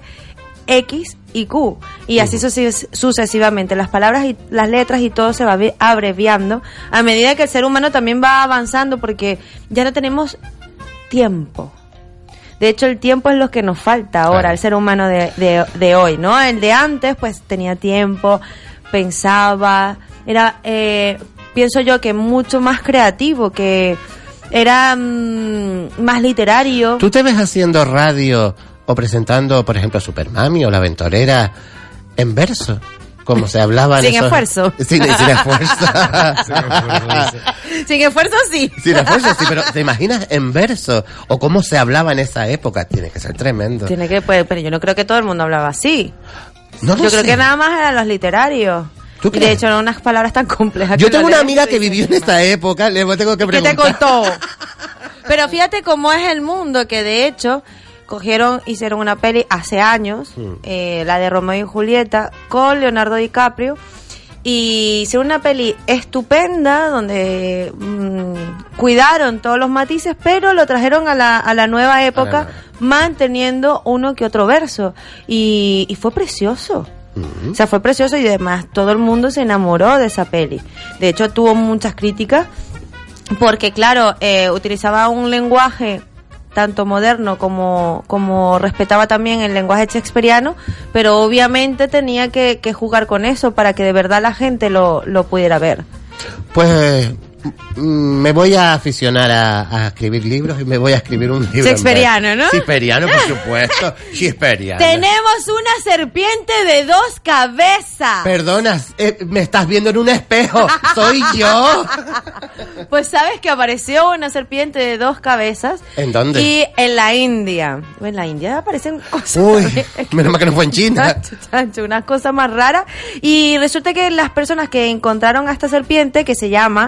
X y Q, y así uh-huh. sucesivamente, las palabras y las letras y todo se va abreviando a medida que el ser humano también va avanzando, porque ya no tenemos tiempo. De hecho, el tiempo es lo que nos falta ahora, claro. al ser humano de, de, de hoy, ¿no? El de antes, pues tenía tiempo, pensaba, era, eh, pienso yo que mucho más creativo, que era mmm, más literario. ¿Tú te ves haciendo radio o presentando, por ejemplo, Supermami o La Aventurera en verso? Como se hablaba en sin esos... esfuerzo. Sin, sin esfuerzo. sin esfuerzo. Sin esfuerzo, sí. Sin esfuerzo, sí, pero ¿te imaginas en verso? O cómo se hablaba en esa época. Tiene que ser tremendo. Tiene que, pues, pero yo no creo que todo el mundo hablaba así. No yo lo creo sé. que nada más eran los literarios. ¿Tú y de hecho eran unas palabras tan complejas. Yo que tengo no una amiga que vivió en esa época, le tengo que preguntar. ¿Qué te contó? Pero fíjate cómo es el mundo, que de hecho... Cogieron, hicieron una peli hace años, mm. eh, la de Romeo y Julieta, con Leonardo DiCaprio, y hicieron una peli estupenda donde mmm, cuidaron todos los matices, pero lo trajeron a la, a la nueva época, manteniendo uno que otro verso, y, y fue precioso. Mm-hmm. O sea, fue precioso, y además todo el mundo se enamoró de esa peli. De hecho, tuvo muchas críticas, porque claro, eh, utilizaba un lenguaje tanto moderno como, como respetaba también el lenguaje shakespeariano, pero obviamente tenía que, que jugar con eso para que de verdad la gente lo, lo pudiera ver. Pues me voy a aficionar a, a escribir libros y me voy a escribir un libro. Shakespeariano, ¿no? Shakespeariano, por supuesto. Shakespeariano. Tenemos una serpiente de dos cabezas. Perdona, eh, me estás viendo en un espejo. Soy yo. Pues sabes que apareció una serpiente de dos cabezas. ¿En dónde? Y en la India. En la India aparecen cosas. Uy, menos mal que no fue en China. Chacho, chacho, unas cosas más raras. Y resulta que las personas que encontraron a esta serpiente, que se llama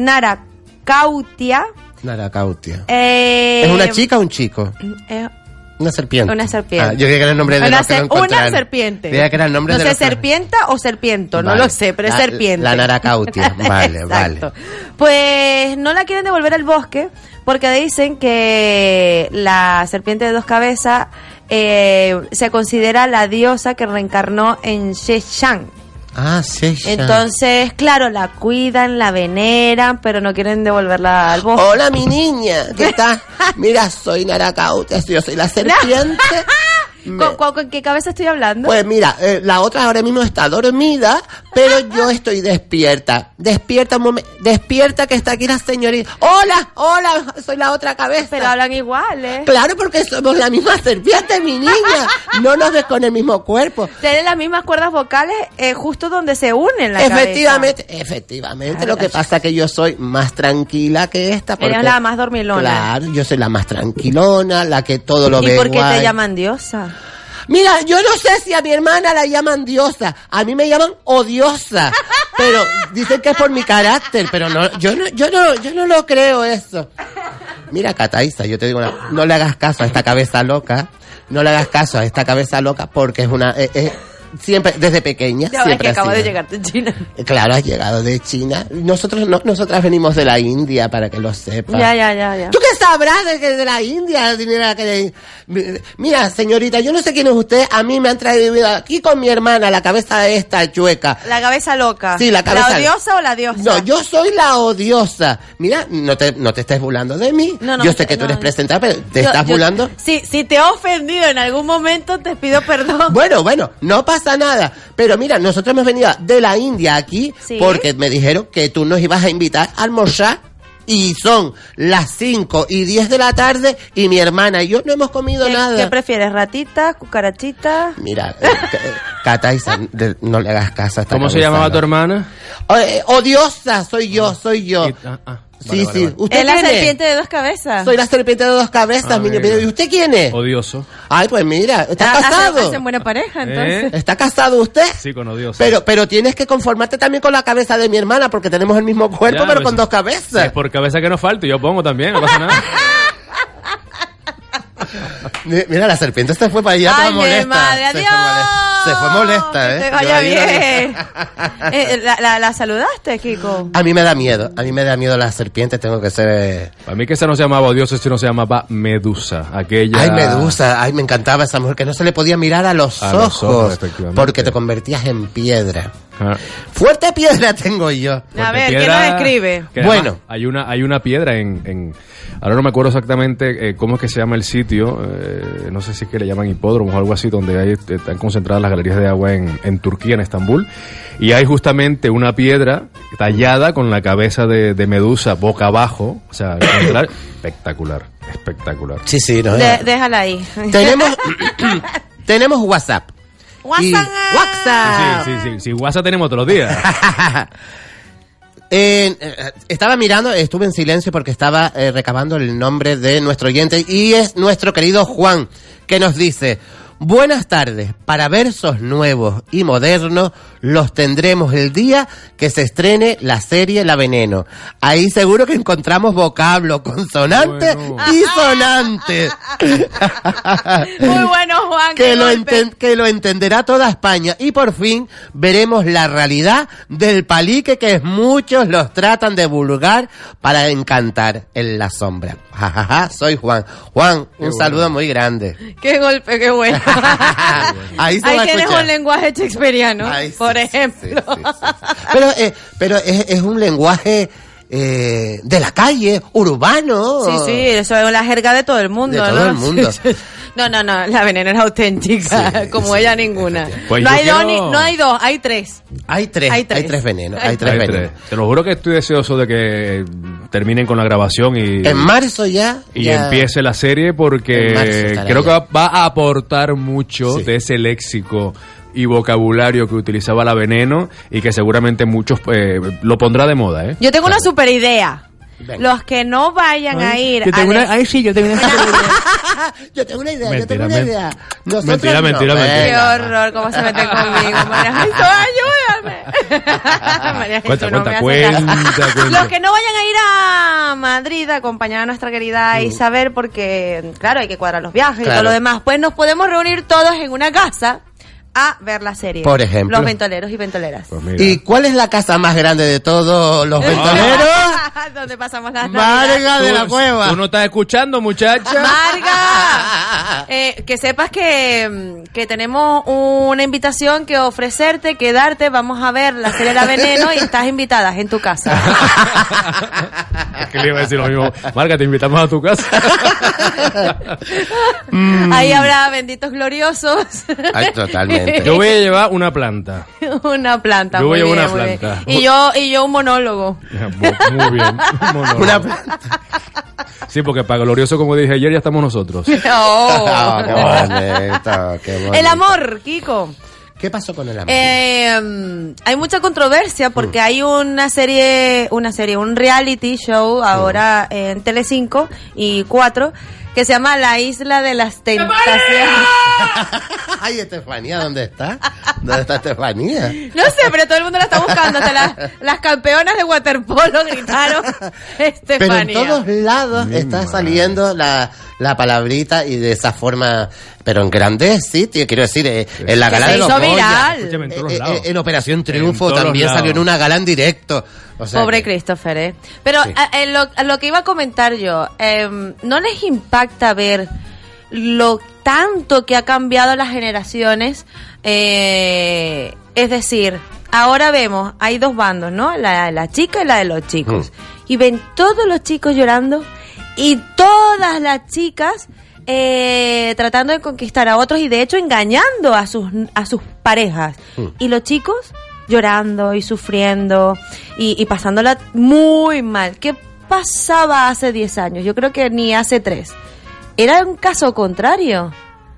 Naracautia. Naracautia. Eh, ¿Es una chica o un chico? Eh, una serpiente. Una serpiente. Ah, yo creía que era el nombre de una, los que lo una serpiente. Creía que era el nombre no de sé, los que... serpienta o serpiento, vale. No lo sé, pero la, es serpiente. La Naracautia, vale, vale. Pues no la quieren devolver al bosque porque dicen que la serpiente de dos cabezas eh, se considera la diosa que reencarnó en Sheshan. Ah, sí, sí. Entonces, claro, la cuidan, la veneran, pero no quieren devolverla al bosque. Hola, mi niña, ¿qué tal? Mira, soy Naracautia, yo soy la serpiente. Me... ¿Con, con, ¿Con qué cabeza estoy hablando? Pues mira, eh, la otra ahora mismo está dormida, pero yo estoy despierta. Despierta un momento, despierta que está aquí la señorita. Hola, hola, soy la otra cabeza. Pero hablan iguales. Claro, porque somos la misma serpiente, mi niña. No nos ves con el mismo cuerpo. Tienen las mismas cuerdas vocales eh, justo donde se unen la efectivamente, cabeza. Efectivamente, claro. Lo que pasa es que yo soy más tranquila que esta. Porque, eres la más dormilona. Claro, yo soy la más tranquilona, la que todo lo ve. ¿Y por qué guay. te llaman diosa? Mira, yo no sé si a mi hermana la llaman diosa, a mí me llaman odiosa, pero dicen que es por mi carácter, pero no, yo no, yo no, yo no lo creo eso. Mira, Cataiza, yo te digo, una, no le hagas caso a esta cabeza loca, no le hagas caso a esta cabeza loca porque es una, eh, eh, siempre, desde pequeña, ya siempre es que acabo así, de llegar de China. Claro, has llegado de China. Nosotros no, nosotras venimos de la India, para que lo sepas. Ya, ya, ya, ya. ¿Tú qué sabrás de, de la India? Mira, que, mira, señorita, yo no sé quién es usted. A mí me han traído aquí con mi hermana, la cabeza esta chueca. La cabeza loca. Sí, la cabeza. ¿La odiosa o la diosa? No, yo soy la odiosa. Mira, no te, no te estés burlando de mí. No, no, yo sé que no, tú eres no. presentable, pero ¿te yo, estás yo, burlando? Sí, si te he ofendido en algún momento, te pido perdón. Bueno, bueno, no pasa pasa nada. Pero mira, nosotros hemos venido de la India aquí, ¿sí? Porque me dijeron que tú nos ibas a invitar a almorzar. Y son las cinco y diez de la tarde y mi hermana y yo no hemos comido ¿Qué, nada. ¿Qué prefieres, ratitas, cucarachitas? Mira, eh, Cata, no le hagas caso a esta ¿Cómo cabezada. se llamaba tu hermana? Eh, odiosa, soy yo, soy yo. Ah, ah. Sí, vale, sí. vale, vale. ¿Usted es la quién serpiente de dos cabezas. Soy la serpiente de dos cabezas, Ah, mi niño. venga. ¿Y usted quién es? Odioso. Ay, pues mira, está Ah, casado. Hacen, hacen buena pareja, entonces. ¿Eh? ¿Está casado usted? Sí, con odioso. Pero, pero tienes que conformarte también con la cabeza de mi hermana, porque tenemos el mismo cuerpo, Ya, pero pues, con dos cabezas. Es por cabeza que no falte, yo pongo también, no pasa nada. Mira, la serpiente se fue para allá, Ay, toda molesta. madre, se, adiós. fue molesta se fue molesta, ¿eh? Que te vaya Yo ahí bien. eh, la, la, ¿La saludaste, Kiko? A mí me da miedo, a mí me da miedo la serpiente, tengo que ser... Para mí que esa no se llamaba odioso, sino se llamaba Medusa, aquella... Ay, Medusa, ay, me encantaba esa mujer, que no se le podía mirar a los A ojos, los ojos, efectivamente. porque te convertías en piedra. Ah. Fuerte piedra tengo yo. A Porque ver, ¿quién piedra- nos escribe? que además Bueno. hay una hay una piedra en, en ahora no me acuerdo exactamente eh, cómo es que se llama el sitio, eh, no sé si es que le llaman hipódromo o algo así, donde hay, están concentradas las galerías de agua en, en Turquía, en Estambul, y hay justamente una piedra tallada con la cabeza de, de Medusa boca abajo, o sea, encontrar- espectacular, espectacular. Sí, sí, no. De- déjala ahí. Tenemos, tenemos WhatsApp. Y- WhatsApp. WhatsApp. Sí, sí, sí, sí, WhatsApp tenemos todos los días. Eh, eh, estaba mirando, estuve en silencio porque estaba eh, recabando el nombre de nuestro oyente y es nuestro querido Juan, que nos dice: buenas tardes, para versos nuevos y modernos los tendremos el día que se estrene la serie La Veneno. Ahí seguro que encontramos vocablo, consonante Bueno. y sonante. Muy bueno, Juan. que, qué lo golpe. enten- que lo entenderá toda España y por fin veremos la realidad del palique que muchos los tratan de vulgar para encantar en la sombra. Jajaja, soy Juan. Juan, Qué un bueno. saludo muy grande. Qué golpe, qué bueno. Ahí se Ahí va a tienes escuchar. un lenguaje shakespeariano, Ay, sí, por sí, ejemplo. sí, sí, sí. Pero, eh, pero es, es un lenguaje eh, de la calle, urbano. Sí, sí, eso es la jerga de todo el mundo, De ¿no? todo el mundo. Sí, sí. No, no, no, la Veneno es auténtica, Sí, como sí, ella ninguna. Pues no, yo hay dos, quiero- ni- no hay dos, hay tres. Hay tres, Hay hay tres. tres, venenos, Hay hay tres Hay venenos. tres. Te lo juro que estoy deseoso de que terminen con la grabación y... En marzo ya. y ya- empiece la serie En porque marzo estará creo ya. que va a aportar mucho Sí. de ese léxico y vocabulario que utilizaba la Veneno y que seguramente muchos eh, lo pondrá de moda, ¿eh? Yo tengo una super idea. Venga. Los que no vayan a ir Yo tengo al- una, ay, sí, yo tengo una yo tengo una idea, yo Mentira, tengo una men- idea. Nosotros mentira, no, mentira, venga. mentira. Qué horror, cómo se meten conmigo. María Jesús, ayúdame. María Cuenta, Jesús, no cuenta, me hace caso. cuenta, cuenta. Los que no vayan a ir a Madrid a acompañar a nuestra querida Isabel, porque, claro, hay que cuadrar los viajes y Claro. todo lo demás, pues nos podemos reunir todos en una casa a ver la serie. Por ejemplo. Los ventoleros y ventoleras. Pues mira. ¿Y cuál es la casa más grande de todos los ventoleros? ¿Dónde pasamos las Marga navidades? de la Tú- Cueva. ¿Tú no estás escuchando, muchacha? Marga, eh, que sepas que, que tenemos una invitación que ofrecerte, que darte. Vamos a ver la serie La Veneno y estás invitada en tu casa. Es que le iba a decir lo mismo. Marga, te invitamos a tu casa. Ahí habrá benditos gloriosos. Ay, totalmente. Yo voy a llevar una planta. Una planta. Yo voy muy a bien, una muy bien. planta. Y yo, y yo un monólogo. Muy bien. Monólogo. Una planta. Sí, porque para glorioso, como dije ayer, ya estamos nosotros. Oh. Ah, qué bonito, qué bonito. El amor, Kiko. ¿Qué pasó con el amor? Eh, hay mucha controversia porque hay una serie, una serie, un reality show ahora en Telecinco y cuatro que se llama La Isla de las Tentaciones. Ay, Estefanía, ¿dónde está? ¿Dónde está Estefanía? No sé, pero todo el mundo la está buscando. Hasta las, las campeonas de waterpolo gritaron Pero en Estefanía. todos lados Mi está madre. saliendo la, la palabrita y de esa forma, pero en grandes sitios, quiero decir, eh, en la Que gala se de los hizo Goya, viral. Escúchame, en todos eh, lados. eh, en Operación Triunfo En todos también lados. salió en una gala en directo. O sea Pobre que- Christopher, ¿eh? Pero Sí. a, a lo, a lo que iba a comentar yo, eh, ¿no les impacta ver lo tanto que ha cambiado las generaciones? Eh, es decir, ahora vemos, hay dos bandos, ¿no? La, la chica y la de los chicos. Y ven todos los chicos llorando y todas las chicas eh, tratando de conquistar a otros y de hecho engañando a sus, a sus parejas. Mm. Y los chicos llorando y sufriendo y, y pasándola muy mal. ¿Qué pasaba hace diez años? Yo creo que ni hace tres. Era un caso contrario.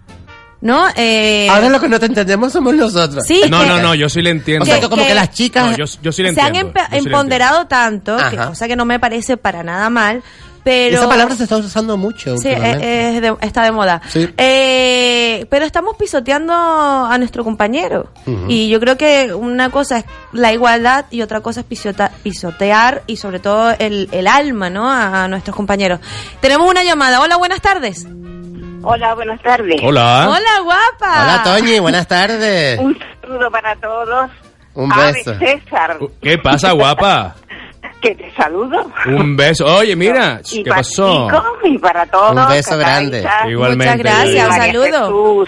¿No? Eh... Ahora lo que no te entendemos somos nosotros. Sí, no, que, no, no, yo sí le entiendo. O sea, que como que, que las chicas... No, yo, yo sí le se entiendo. han emp- empoderado tanto, que, cosa que no me parece para nada mal, pero... Esa palabra se está usando mucho sí, últimamente. es de, está de moda. Sí. Eh, pero estamos pisoteando a nuestro compañero. Uh-huh. Y yo creo que una cosa es la igualdad y otra cosa es pisota- pisotear y sobre todo el, el alma, ¿no? A, a nuestros compañeros. Tenemos una llamada. Hola, buenas tardes. Hola, buenas tardes. Hola. Hola, guapa. Hola, Toñi, buenas tardes. Un saludo para todos. Un beso. A ver, César. ¿Qué pasa, guapa? Que te saludo. Un beso. Oye, mira, y ¿qué para pasó? Chicos, y para todos. Un beso grande. Igualmente. Muchas gracias, un saludo. Jesús.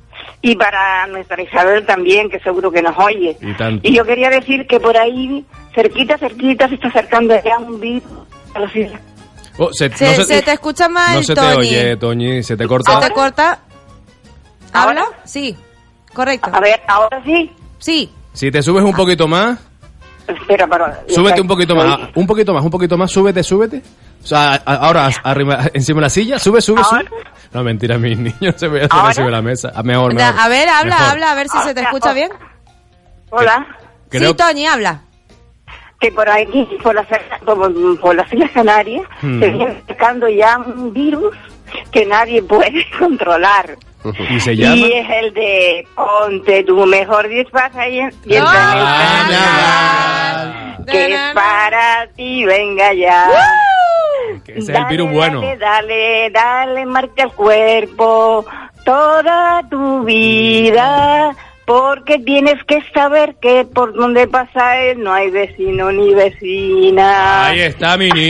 Y para nuestra Isabel también, que seguro que nos oye. Y, tanto. Y yo quería decir que por ahí, cerquita, cerquita, se está acercando ya un virus a la ciudad. Oh, se, se, no se, se, se te escucha mal, No se Toñi. te oye, Toñi, se te corta. ¿Se te corta? ¿Habla? ¿Ahora? Sí, correcto. A ver, ¿ahora sí? Sí. Si te subes un poquito más... Espera, para... Súbete un poquito más, un poquito más, un poquito más, súbete, súbete. O sea, a, ahora arriba, encima de la silla, sube, sube, sube. No, mentira, mi niño se me, se me sube la mesa. A, mejor, mejor. A ver, habla, mejor. habla, a ver si Ahora, se te escucha bien. Hola. Creo... Sí, Toñi, habla. Que por aquí, por las, por, por las Islas Canarias, hmm. se viene acercando ya un virus que nadie puede controlar. ¿Y se llama? Y es el de ponte tu mejor disfraz ahí en, y entra ah, en el carnaval, que es para ti, venga ya. ¡Woo! Que ese dale, es el virus bueno. Dale, dale, dale, marca el cuerpo, toda tu vida. Porque tienes que saber que por donde pasa él no hay vecino ni vecina. Ahí está mi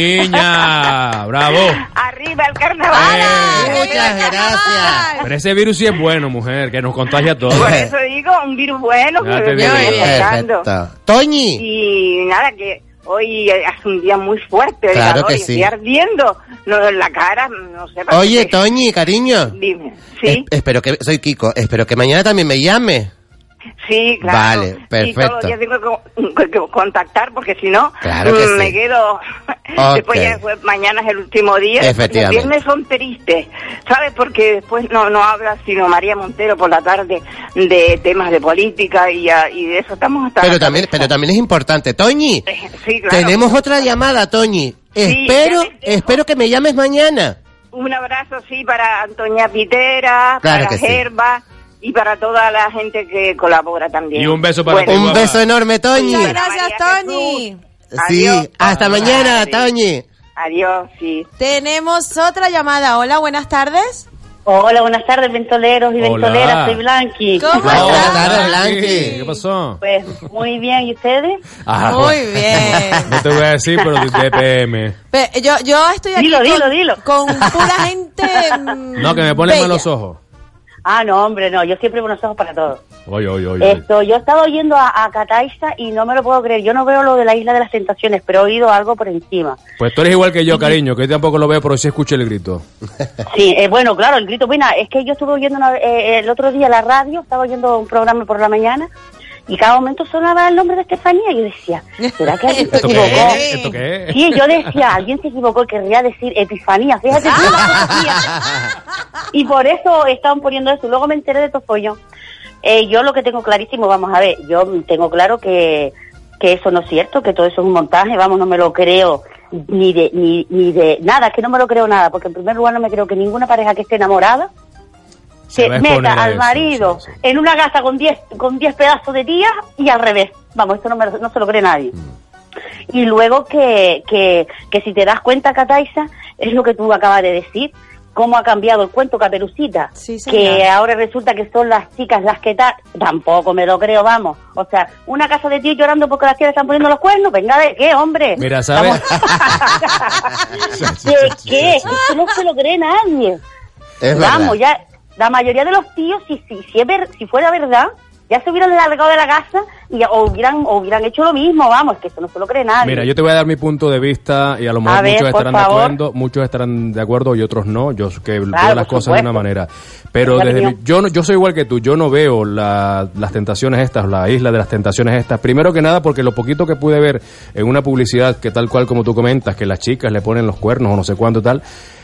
niña. Bravo. Arriba el carnaval. Eh. Muchas gracias. Pero ese virus sí es bueno, mujer, que nos contagia a todos. Por eso digo, un virus bueno que me viene pasando. Toñi. Y nada, que hoy hace un día muy fuerte. Claro que hoy sí. Estoy ardiendo. No, en la cara, no sé. Oye, qué. Toñi, cariño. Dime. Sí. Es, espero que, soy Kiko, espero que mañana también me llame. Sí, claro. Vale, perfecto. Y todos los días tengo que, que contactar porque si no claro que me sí. quedo. Okay. Después ya después, mañana es el último día. Efectivamente. Los viernes son tristes, ¿sabes? Porque después no no habla sino María Montero por la tarde de temas de política y, y de eso estamos hasta. Pero también, pero también es importante, Toñi. Sí, claro. Tenemos otra llamada, Toñi. Sí, espero, espero que me llames mañana. Un abrazo, sí, para Antonia Pitera, claro para que Gerba. Sí. Y para toda la gente que colabora también. Y un beso para bueno, ti, Un guapa. beso enorme, Toñi. Muchas gracias, Toñi. Sí, adiós. hasta Hola, mañana, sí. Toñi. Adiós, sí. Tenemos otra llamada. Hola, buenas tardes. Hola, buenas tardes, ventoleros y Hola. ventoleras. Soy Blanqui. ¿Cómo estás? Buenas tardes, Blanqui. ¿Qué pasó? Pues muy bien, ¿y ustedes? Ah, muy pues, bien. No te voy a decir, pero de P M. Pero yo, yo estoy aquí dilo, con, dilo, dilo. con pura gente. No, que me ponen malos ojos. Ah, no, hombre, no, yo siempre buenos ojos para todos. Oye, oye, oye. Esto, yo estaba oyendo a, a Cataisa y no me lo puedo creer. Yo no veo lo de la Isla de las Tentaciones, pero he oído algo por encima. Pues tú eres igual que yo, cariño, que yo tampoco lo veo, pero sí escucho el grito. Sí, eh, bueno, claro, el grito. Bueno, es que yo estuve oyendo una, eh, el otro día la radio, estaba oyendo un programa por la mañana y cada momento sonaba el nombre de Estefanía y yo decía, ¿será que alguien se ¿Esto equivocó? qué es? ¿Esto qué es? Sí, yo decía, alguien se equivocó y querría decir Epifanía, fíjate. Y por eso estaban poniendo eso. Luego me enteré de todo pollo. Eh, yo lo que tengo clarísimo, vamos a ver, yo tengo claro que, que eso no es cierto, que todo eso es un montaje, vamos, no me lo creo ni de ni, ni de nada, que no me lo creo nada, porque en primer lugar no me creo que ninguna pareja que esté enamorada se, se meta al eso, marido sí, sí. en una casa con diez con diez pedazos de tías y al revés. Vamos, esto no, me, no se lo cree nadie. Mm. Y luego que, que, que si te das cuenta, Cataisa, es lo que tú acabas de decir, cómo ha cambiado el cuento, Caperucita, sí, que ahora resulta que son las chicas las que tal, tampoco me lo creo, vamos. O sea, una casa de tíos llorando porque las tías están poniendo los cuernos, venga, ¿de qué, hombre? Mira, ¿sabes? ¿De qué? Esto no se lo cree nadie. Es vamos, verdad. ya, la mayoría de los tíos, si, si, si, es ver, si fuera verdad, ya se hubieran largado de la casa y ya, o hubieran o hubieran hecho lo mismo, vamos, que eso no se lo cree nadie. Mira, yo te voy a dar mi punto de vista y a lo mejor A ver, muchos por estarán de favor. acuerdo, muchos estarán de acuerdo y otros no. Yo que Claro, veo las por cosas de una supuesto. manera, pero Es la desde mi- opinión. yo no, yo soy igual que tú. Yo no veo la- las tentaciones estas, la isla de las tentaciones estas. Primero que nada, porque lo poquito que pude ver en una publicidad que tal cual como tú comentas, que las chicas le ponen los cuernos o no sé cuánto tal.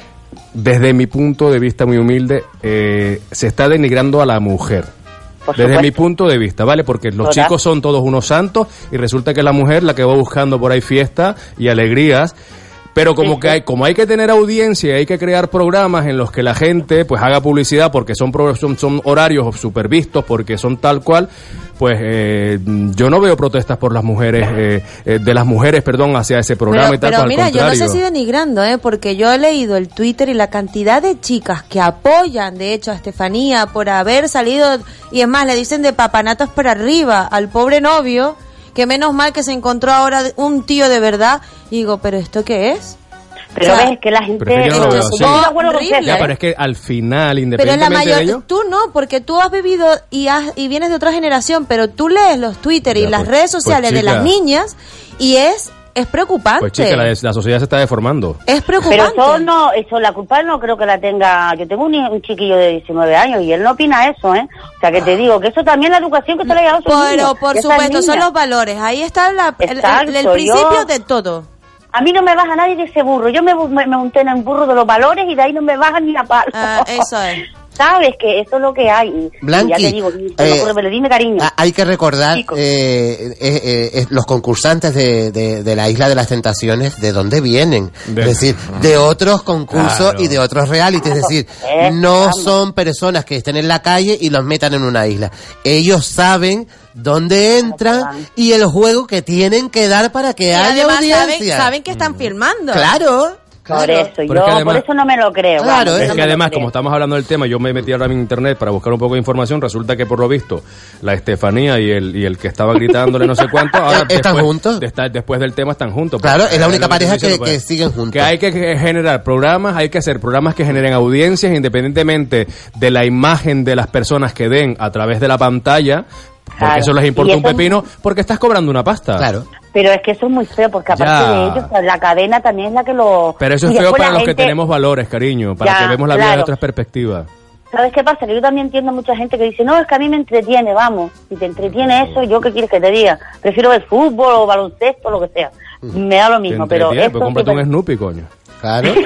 Desde mi punto de vista muy humilde, eh, se está denigrando a la mujer. Por Desde supuesto. mi punto de vista, ¿vale? Porque los Total. chicos son todos unos santos y resulta que es la mujer la que va buscando por ahí fiesta y alegrías. Pero como Sí, que sí. hay, como hay que tener audiencia y hay que crear programas en los que la gente pues haga publicidad porque son pro- son, son horarios super vistos, porque son tal cual, pues eh, yo no veo protestas por las mujeres, eh, eh, de las mujeres, perdón, hacia ese programa Pero, y tal, pero al mira, yo no contrario. sé si denigrando, ¿eh? Porque yo he leído el Twitter y la cantidad de chicas que apoyan, de hecho, a Estefanía por haber salido, y es más, le dicen de papanatas para arriba al pobre novio, que menos mal que se encontró ahora un tío de verdad. Y digo, ¿pero esto qué es? Pero O sea, ves que la gente... Pero es que yo no lo veo Yo así. estoy de acuerdo con Horrible. César, Ya, ¿eh? pero es que al final, Pero es la independientemente mayor, de ello... tú no, porque tú has vivido y has, y vienes de otra generación, pero tú lees los Twitter y Ya, las pues- redes pues, sociales de chica. las niñas y es es preocupante. Pues chica, la, la sociedad se está deformando. Es preocupante. Pero eso no, eso la culpa no creo que la tenga. Yo tengo un, un chiquillo de diecinueve años y él no opina eso, ¿eh? O sea que te digo que eso también la educación que te la ha dado su Pero niño, por y esas supuesto, son niñas. los valores. Ahí está la- el, el- Exacto, el principio yo- de todo. A mí no me baja nadie de ese burro. Yo me, me, me monté en el burro de los valores y de ahí no me bajan ni a palo. Ah, eso es. Sabes que eso es lo que hay. Y, Blanqui, y ya te digo, se me eh, ocurre, pero dime cariño. Ah, hay que recordar Chicos. eh, eh, eh, eh, los concursantes de, de, de la Isla de las Tentaciones, ¿de dónde vienen? De- Es decir, de otros concursos Claro. y de otros realities. Es decir, Eh, no vamos. son personas que estén en la calle y los metan en una isla. Ellos saben dónde entran y el juego que tienen que dar para que Y haya además saben, audiencia. saben que están filmando. Claro. Por claro. eso, Pero yo es que además- por eso no me lo creo. Claro, vamos, es Es no que me lo además, creo. como estamos hablando del tema, yo me metí ahora en internet para buscar un poco de información, resulta que por lo visto, la Estefanía y el, y el que estaba gritándole no sé cuánto, ahora ¿Están después, juntos? de estar- después del tema están juntos. Claro, Pues, es la eh, única lo pareja estoy que, diciendo, que pues, siguen juntos. que hay que generar programas, hay que hacer programas que generen audiencias independientemente de la imagen de las personas que den a través de la pantalla, porque Claro. eso les importa Y un eso- pepino, porque estás cobrando una pasta. Claro. Pero es que eso es muy feo, porque aparte Ya. de ellos, la cadena también es la que lo... Pero eso es y feo después para la los que gente- tenemos valores, cariño, para Ya, que vemos la vida de claro. otras perspectivas. ¿Sabes qué pasa? Que yo también entiendo mucha gente que dice, no, es que a mí me entretiene, vamos. Si te entretiene eso, ¿yo qué quieres que te diga? Prefiero ver fútbol o baloncesto o lo que sea. Me da lo Te mismo, pero entretiene, esto pues cómprate sí- un Snoopy, coño. Claro.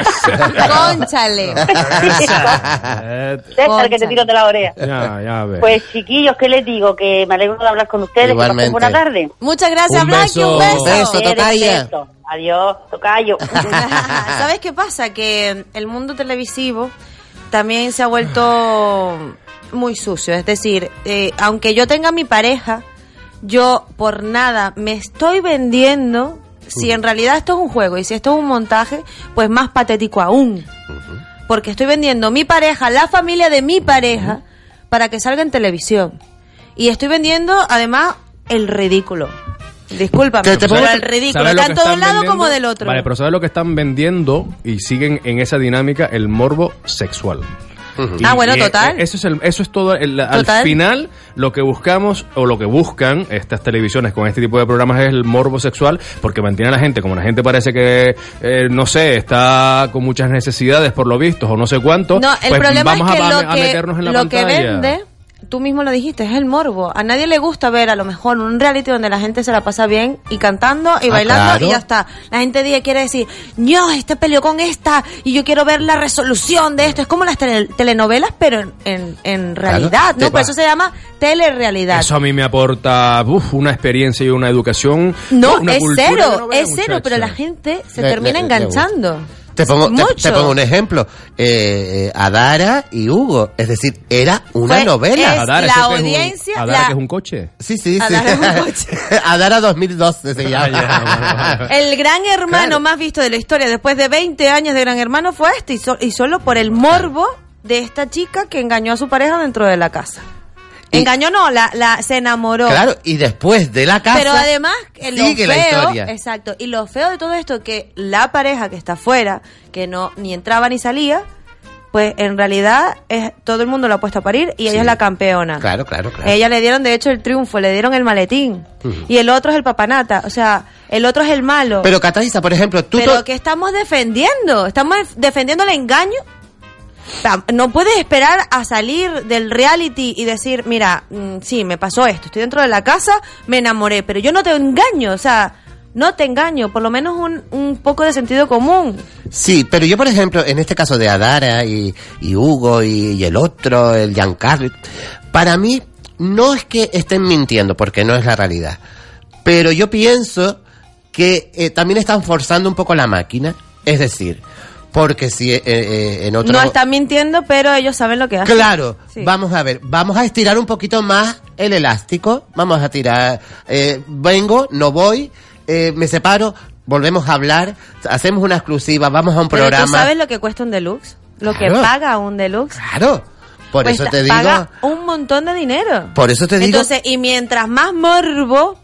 Cónchale. Eh, César, que te tiro de la oreja. Ya, ya ves. Pues chiquillos, ¿qué les digo? Que me alegro de hablar con ustedes, Igualmente. que pasen buena tarde. Muchas gracias, Un Blanqui. Un beso. beso. Beso, tocaya. Beso. Adiós, tocayo. ¿Sabes qué pasa? Que el mundo televisivo también se ha vuelto muy sucio. Es decir, eh, aunque yo tenga mi pareja, yo por nada me estoy vendiendo. Si en realidad esto es un juego y si esto es un montaje, pues más patético aún. Porque estoy vendiendo mi pareja, la familia de mi pareja, para que salga en televisión. Y estoy vendiendo, además, el ridículo. Discúlpame, Que te pero pongo- el ridículo, ¿Sabes lo que tanto de un están lado vendiendo? como del otro. Vale, pero ¿sabes lo que están vendiendo? Y siguen en esa dinámica, el morbo sexual. Y- Ah, bueno, y, total. eh, Eso es, el, eso es todo. el- al Total. final, lo que buscamos o lo que buscan estas televisiones con este tipo de programas es el morbo sexual, porque mantiene a la gente, como la gente parece que, eh, no sé, está con muchas necesidades por lo visto o no sé cuánto. No, el pues problema vamos es que, a, lo, a que meternos en la lo que pantalla. vende, tú mismo lo dijiste, es el morbo. A nadie le gusta ver a lo mejor un reality donde la gente se la pasa bien y cantando y Ah, bailando claro. y ya está. La gente dice, quiere decir, no, este peleó con esta y yo quiero ver la resolución de esto. Es como las tele- telenovelas, pero en, en, en realidad, Te ¿no? Por va. eso se llama telerealidad. Eso a mí me aporta uf, una experiencia y una educación. No, una es cultura de cero, novela, es cero, muchacha. pero la gente se Le- termina le- le enganchando. Te pongo, te, Mucho. te pongo un ejemplo. Eh, eh, Adara y Hugo. Es decir, era una Fue- novela. es Adara, la ¿eso qué es un- audiencia, Adara, la- que es un coche. Sí, sí, sí. Adara es un coche. Adara dos mil doce se llama. El gran hermano Claro. más visto de la historia después de veinte años de Gran Hermano fue este y, so- y solo por el morbo de esta chica que engañó a su pareja dentro de la casa. Y- Engañó no, la, la se enamoró. Claro, y después de la casa. Pero además, eh, lo sigue la feo, historia. exacto, y lo feo de todo esto que la pareja que está afuera, que no ni entraba ni salía, pues en realidad es todo el mundo la ha puesto a parir y ella Sí. es la campeona. Claro, claro, claro. Ella le dieron de hecho el triunfo, le dieron el maletín. Ujú. Y el otro es el papanata, o sea, el otro es el malo. Pero Cataiza, por ejemplo, tú... Pero to- ¿qué estamos defendiendo? Estamos defendiendo el engaño. O sea, no puedes esperar a salir del reality y decir, mira, mm, sí, me pasó esto, estoy dentro de la casa, me enamoré, pero yo no te engaño, o sea, no te engaño, por lo menos un, un poco de sentido común. Sí, pero yo, por ejemplo, en este caso de Adara y, y Hugo y, y el otro, el Giancarlo, para mí no es que estén mintiendo, porque no es la realidad. Pero yo pienso que eh, también están forzando un poco la máquina, es decir, porque si eh, eh, en otro... No están mintiendo, pero ellos saben lo que hacen. Claro, Sí. vamos a ver, vamos a estirar un poquito más el elástico, vamos a tirar, eh, vengo, no voy, eh, me separo, volvemos a hablar, hacemos una exclusiva, vamos a un Pero programa. ¿tú sabes lo que cuesta un deluxe? Lo Claro. que paga un deluxe. Claro, por Cuesta- eso te digo, paga un montón de dinero. por eso te digo, Entonces, y mientras más morbo,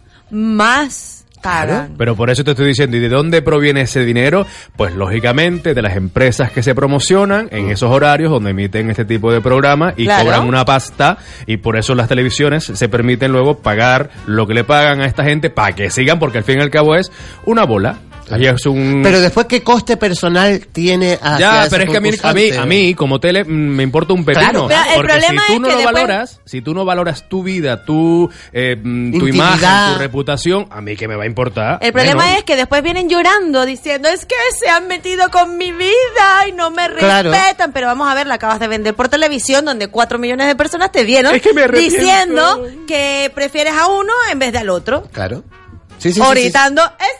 más pagan. Pero por eso te estoy diciendo, ¿y de dónde proviene ese dinero? Pues lógicamente de las empresas que se promocionan en esos horarios donde emiten este tipo de programas y Claro. cobran una pasta, y por eso las televisiones se permiten luego pagar lo que le pagan a esta gente para que sigan, porque al fin y al cabo es una bola. Ahí es un... pero después qué coste personal tiene hacia Ya, ese pero es que a mí, a mí, concursante? a mí como tele mm, me importa un pepino. Claro. Pero el porque problema si tú es no que lo después- valoras, si tú no valoras tu vida, tu, eh, mm, tu Intimidad. imagen, tu reputación, a mí que me va a importar. El problema Bueno. es que después vienen llorando diciendo, es que se han metido con mi vida y no me Claro. respetan. Pero vamos a ver, la acabas de vender por televisión donde cuatro millones de personas te vieron Es que me arrepiento. diciendo que prefieres a uno en vez de al otro. Claro. Sí, sí, sí, o sí, sí. gritando,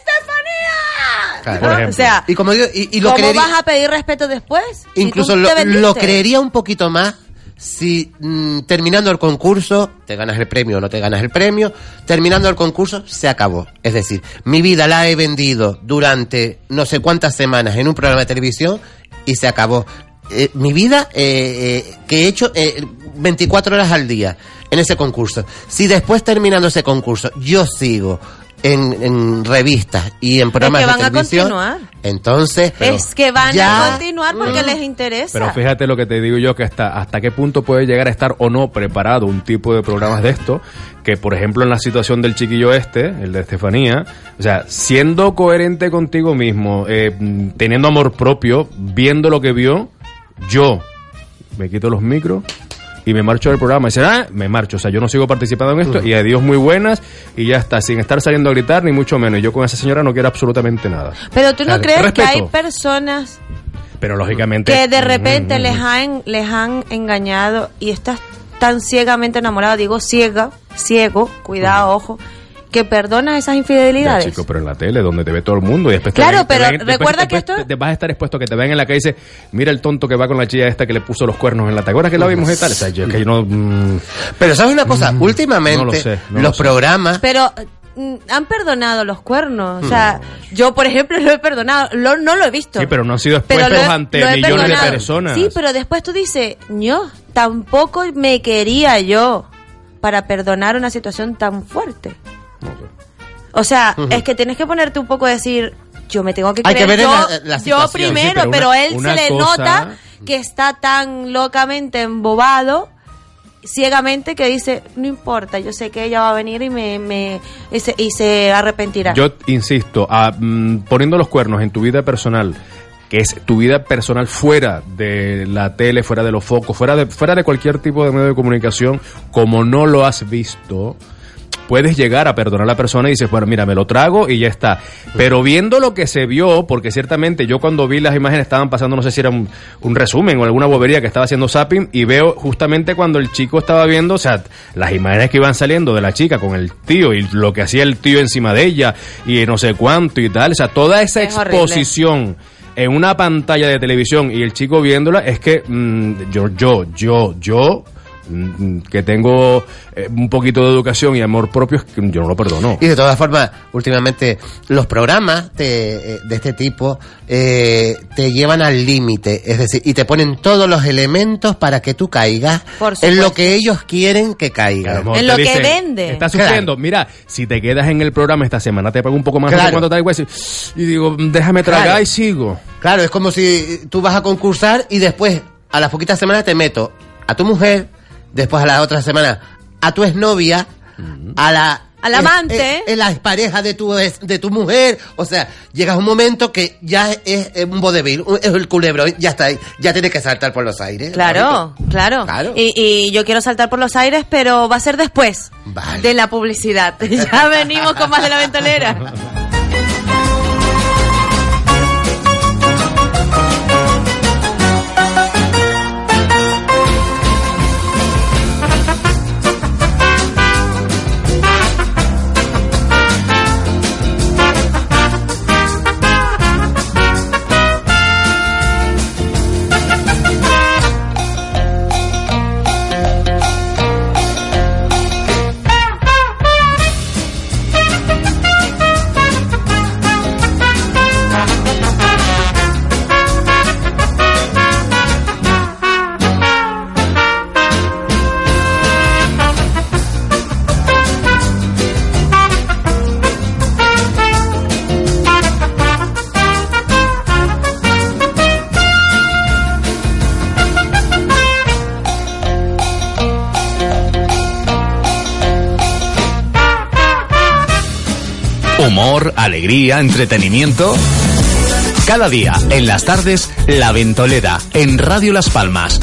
¡Estefanía! Claro. Por ¿No? ejemplo. O sea, Y como digo, y, y lo ¿cómo creería- vas a pedir respeto después? si incluso tú lo, te vendiste? lo creería un poquito más si mm, terminando el concurso te ganas el premio o no te ganas el premio, terminando el concurso se acabó. Es decir, mi vida la he vendido durante no sé cuántas semanas en un programa de televisión y se acabó. Eh, mi vida eh, eh, que he hecho eh, veinticuatro horas al día en ese concurso. Si después terminando ese concurso yo sigo en, en revistas y en programas Es que van de a televisión, continuar. entonces Es que van ya- a continuar porque les interesa. Pero fíjate lo que te digo yo, que hasta, hasta qué punto puede llegar a estar o no preparado un tipo de programas de esto, que por ejemplo en la situación del chiquillo este, el de Estefanía, o sea, siendo coherente contigo mismo, eh, teniendo amor propio, viendo lo que vio, yo me quito los micros y me marcho del programa. Y dicen, ah, me marcho. O sea, yo no sigo participando en esto. Mm. Y adiós, muy buenas. Y ya está, sin estar saliendo a gritar, ni mucho menos. Y yo con esa señora no quiero absolutamente nada. Pero tú no Claro. crees que Respeto. hay personas Pero lógicamente... que de repente Mm, les han les han engañado y estás tan ciegamente enamorado, digo ciega, ciego, cuidado, ojo, que perdonas esas Ya, infidelidades. chico, pero en la tele, donde te ve todo el mundo y después te Claro, ven- te pero ven- después- recuerda que después esto- te, te vas a estar expuesto a que te vean en la calle y dice, mira el tonto que va con la chilla esta que le puso los cuernos en la... ¿Te acuerdas que la vimos y tal? O sea, yo, que yo no... mm, Pero ¿sabes una cosa? Últimamente no lo sé, no los lo sé. programas Pero mm, han perdonado los cuernos, o sea, Hmm. yo por ejemplo lo he perdonado, lo- no lo he visto. Sí, pero no han sido Pero expuestos lo he- ante lo he millones de perdonado. personas. Sí, pero después tú dices, yo tampoco me quería yo para perdonar una situación tan fuerte. O sea, Ujú. es que tienes que ponerte un poco a decir, yo me tengo que Hay creer que ver yo, la- la yo situación. primero, Sí, pero pero, una- él una se le cosa- nota que está tan locamente embobado, ciegamente, que dice, no importa, yo sé que ella va a venir y me, me y, se, y se arrepentirá. Yo insisto, a, mm, poniendo los cuernos en tu vida personal, que es tu vida personal fuera de la tele, fuera de los focos, fuera de, fuera de cualquier tipo de medio de comunicación, como no lo has visto, puedes llegar a perdonar a la persona y dices, bueno, mira, me lo trago y ya está. Pero viendo lo que se vio, porque ciertamente yo cuando vi las imágenes estaban pasando, no sé si era un, un resumen o alguna bobería que estaba haciendo zapping, y veo justamente cuando el chico estaba viendo, o sea, las imágenes que iban saliendo de la chica con el tío y lo que hacía el tío encima de ella y no sé cuánto y tal, o sea, toda esa Es horrible. exposición en una pantalla de televisión y el chico viéndola, es que mm, yo, yo, yo, yo mm, que tengo eh, un poquito de educación y amor propio, es que yo no lo perdono. y de todas formas, últimamente los programas te- eh, de este tipo eh, te llevan al límite, es decir, y te ponen todos los elementos para que tú caigas Por en supuesto. lo que ellos quieren que A caigas. lo mejor En te lo que dicen, vende. Estás Claro. sufriendo. Mira, si te quedas en el programa esta semana, te pago un poco más. Claro. No sé cuánto tal, y, y digo, déjame tragar Claro. y sigo. Claro, es como si tú vas a concursar y después a las poquitas semanas te meto a tu mujer, después a las otras semanas a tu exnovia, a la... Al amante. Es, es, es la pareja de tu, es, de tu mujer. O sea, llega un momento que ya es, es un vodevil, es el culebro, ya está ahí, ya tienes que saltar por los aires. Claro, claro. claro. Y, y yo quiero saltar por los aires, pero va a ser después vale. de la publicidad. Ya venimos con más de La Ventolera. Humor, alegría, entretenimiento. Cada día, en las tardes, La Ventolera, en Radio Las Palmas.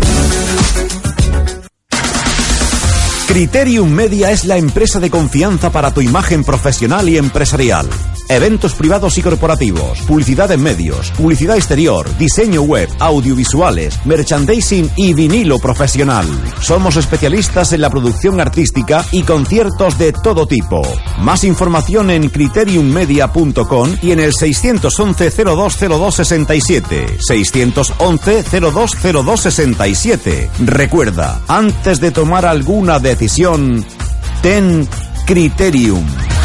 Criterium Media es la empresa de confianza para tu imagen profesional y empresarial. Eventos privados y corporativos, publicidad en medios, publicidad exterior, diseño web, audiovisuales, merchandising y vinilo profesional. Somos especialistas en la producción artística y conciertos de todo tipo. Más información en criterium media punto com y en el seiscientos once cero dos cero dos sesenta y siete. seiscientos once cero dos cero dos sesenta y siete. Recuerda, antes de tomar alguna decisión, ten Criterium.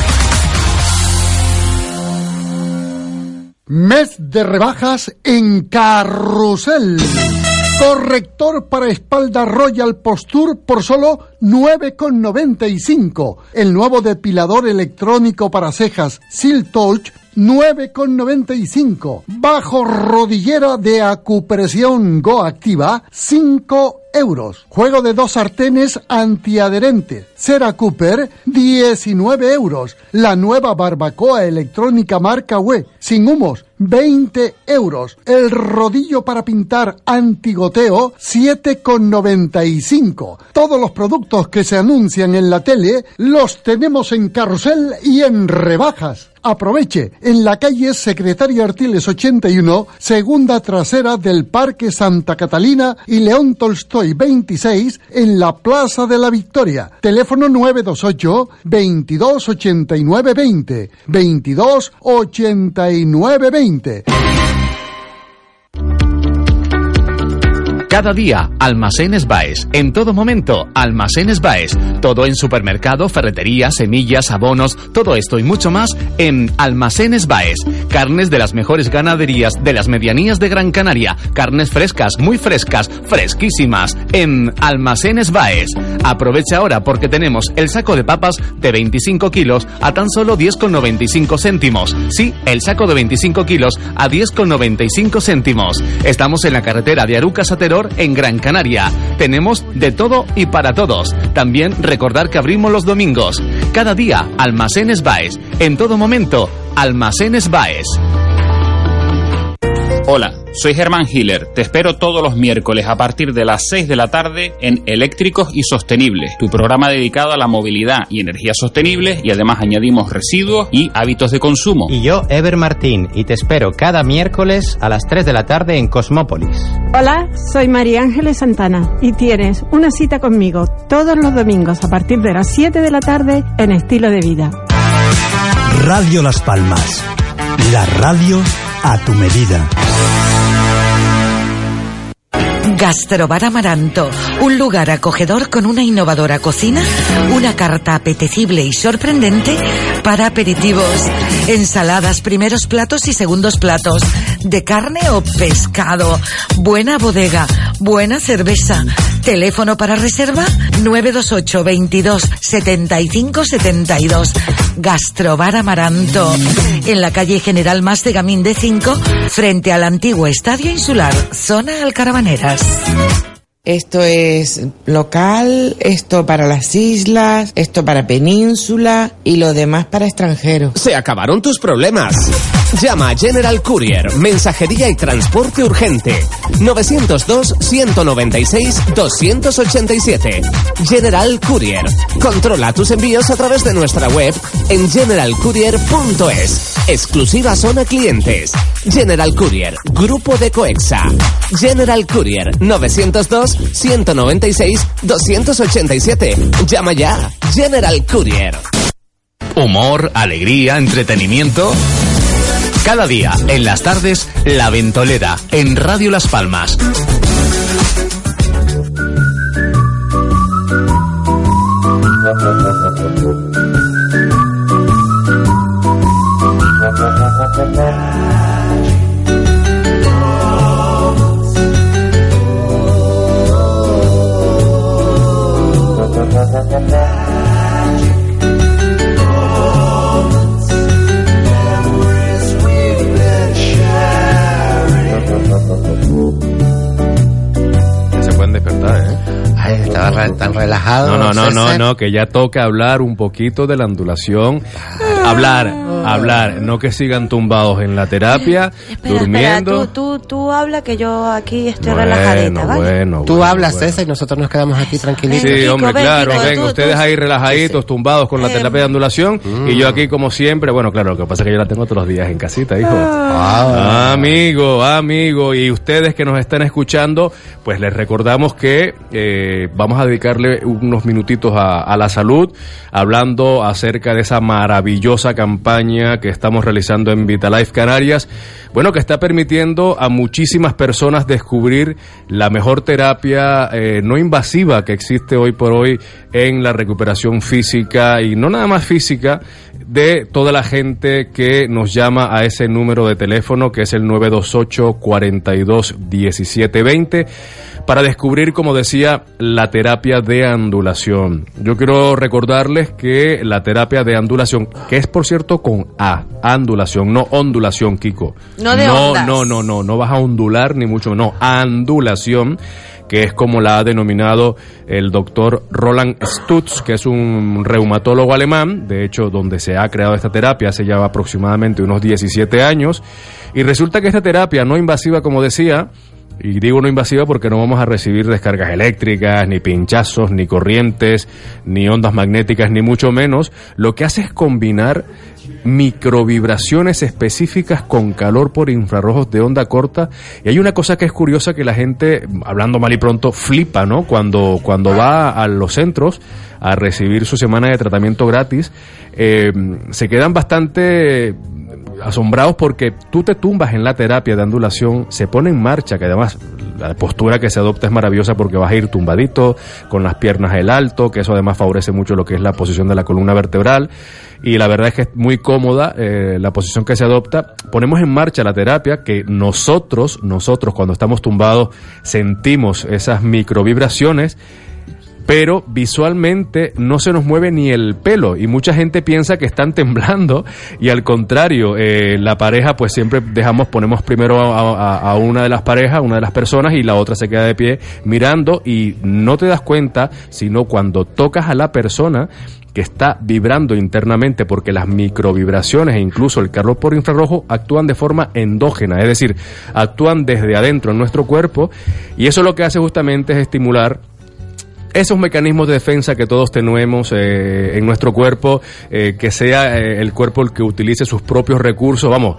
Mes de rebajas en Carrusel. Corrector para espalda Royal Posture por solo nueve con noventa y cinco. El nuevo depilador electrónico para cejas Seal Touch, nueve con noventa y cinco. Bajo rodillera de acupresión Go Activa, cinco euros. Juego de dos sartenes antiadherentes Cera Cooper, diecinueve euros. La nueva barbacoa electrónica marca W E, sin humos, veinte euros. El rodillo para pintar antigoteo, siete con noventa y cinco. Todos los productos que se anuncian en la tele los tenemos en Carrusel y en rebajas. Aproveche, en la calle Secretario Artiles ochenta y uno, segunda trasera del Parque Santa Catalina y León Tolstoy veintiséis, en la Plaza de la Victoria. Teléfono nueve dos ocho, veintidós ochenta y nueve veinte, veintidós ochenta y nueve veinte. Cada día, Almacenes Baes. En todo momento, Almacenes Baes. Todo en supermercado, ferretería, semillas, abonos, todo esto y mucho más en Almacenes Baes. Carnes de las mejores ganaderías de las medianías de Gran Canaria. Carnes frescas, muy frescas, fresquísimas en Almacenes Baes. Aprovecha ahora porque tenemos el saco de papas de veinticinco kilos a tan solo diez con noventa y cinco céntimos. Sí, el saco de veinticinco kilos a diez con noventa y cinco céntimos. Estamos en la carretera de Arucas a Teror, en Gran Canaria. Tenemos de todo y para todos. También recordar que abrimos los domingos. Cada día, Almacenes Baes. En todo momento, Almacenes Baes. Hola, soy Germán Hiller. Te espero todos los miércoles a partir de las seis de la tarde en Eléctricos y Sostenibles, tu programa dedicado a la movilidad y energía sostenible, y además añadimos residuos y hábitos de consumo. Y yo, Ever Martín, y te espero cada miércoles a las tres de la tarde en Cosmópolis. Hola, soy María Ángeles Santana y tienes una cita conmigo todos los domingos a partir de las siete de la tarde en Estilo de Vida. Radio Las Palmas, la radio a tu medida. Gastrobar Amaranto, un lugar acogedor con una innovadora cocina, una carta apetecible y sorprendente para aperitivos, ensaladas, primeros platos y segundos platos, de carne o pescado, buena bodega, buena cerveza. Teléfono para reserva nueve dos ocho, veintidós, setenta y cinco, setenta y dos. Gastrobar Amaranto, en la calle General Mas de Gamín de cinco, frente al antiguo Estadio Insular, zona Alcarabaneras. Esto es local, esto para las islas, esto para península y lo demás para extranjeros. Se acabaron tus problemas. Llama a General Courier, mensajería y transporte urgente. novecientos dos, ciento noventa y seis, doscientos ochenta y siete. General Courier. Controla tus envíos a través de nuestra web en general courier punto es. Exclusiva zona clientes. General Courier, Grupo de Coexa. General Courier, novecientos dos, ciento noventa y seis, doscientos ochenta y siete. Llama ya. General Courier. Humor, alegría, entretenimiento. Cada día, en las tardes, La Ventolera, en Radio Las Palmas. Tan relajado. No, no, no, no, no, que ya toca hablar un poquito de la ondulación. Ah. Hablar, hablar, no que sigan tumbados en la terapia, espera, durmiendo. Espera, tú, tú, tú habla que yo aquí estoy bueno, relajadita, ¿vale? Bueno, tú bueno, hablas, bueno. César, y nosotros nos quedamos aquí tranquilitos. Sí, Kiko, hombre, ven, claro, Kiko, ven, tú, ustedes tú, ahí relajaditos, sí. tumbados con la Eh, terapia de ondulación, mm. y yo aquí como siempre, bueno, claro, lo que pasa es que yo la tengo todos los días en casita, hijo. Ah. Amigo, amigo, y ustedes que nos están escuchando, pues les recordamos que eh, vamos a dedicarle unos minutitos a, a la salud, hablando acerca de esa maravillosa campaña que estamos realizando en Vitalife Canarias, bueno, que está permitiendo a muchísimas personas descubrir la mejor terapia eh, no invasiva que existe hoy por hoy en la recuperación física, y no nada más física, de toda la gente que nos llama a ese número de teléfono que es el nueve dos ocho, cuarenta y dos, diecisiete veinte, para descubrir, como decía, la terapia de ondulación. Yo quiero recordarles que la terapia de ondulación, que es por cierto con A, ondulación, no ondulación, Kiko. No de no, ondas. no, no, no, no vas a ondular ni mucho menos, no, ondulación, que es como la ha denominado el doctor Roland Stutz, que es un reumatólogo alemán, de hecho donde se ha creado esta terapia hace ya aproximadamente unos diecisiete años, y resulta que esta terapia no invasiva, como decía, y digo no invasiva porque no vamos a recibir descargas eléctricas, ni pinchazos, ni corrientes, ni ondas magnéticas, ni mucho menos, lo que hace es combinar microvibraciones específicas con calor por infrarrojos de onda corta. Y hay una cosa que es curiosa, que la gente, hablando mal y pronto, flipa, ¿no? Cuando, cuando va a los centros a recibir su semana de tratamiento gratis, eh, se quedan bastante asombrados porque tú te tumbas en la terapia de ondulación, se pone en marcha, que además la postura que se adopta es maravillosa porque vas a ir tumbadito, con las piernas en alto, que eso además favorece mucho lo que es la posición de la columna vertebral, y la verdad es que es muy cómoda eh, la posición que se adopta. Ponemos en marcha la terapia, que nosotros, nosotros cuando estamos tumbados sentimos esas microvibraciones, pero visualmente no se nos mueve ni el pelo, y mucha gente piensa que están temblando, y al contrario, eh, la pareja pues siempre dejamos, ponemos primero a, a, a una de las parejas, una de las personas, y la otra se queda de pie mirando, y no te das cuenta sino cuando tocas a la persona que está vibrando internamente, porque las microvibraciones e incluso el calor por infrarrojo actúan de forma endógena, es decir, actúan desde adentro en nuestro cuerpo, y eso lo que hace justamente es estimular esos mecanismos de defensa que todos tenemos eh, en nuestro cuerpo, eh, que sea eh, el cuerpo el que utilice sus propios recursos, vamos,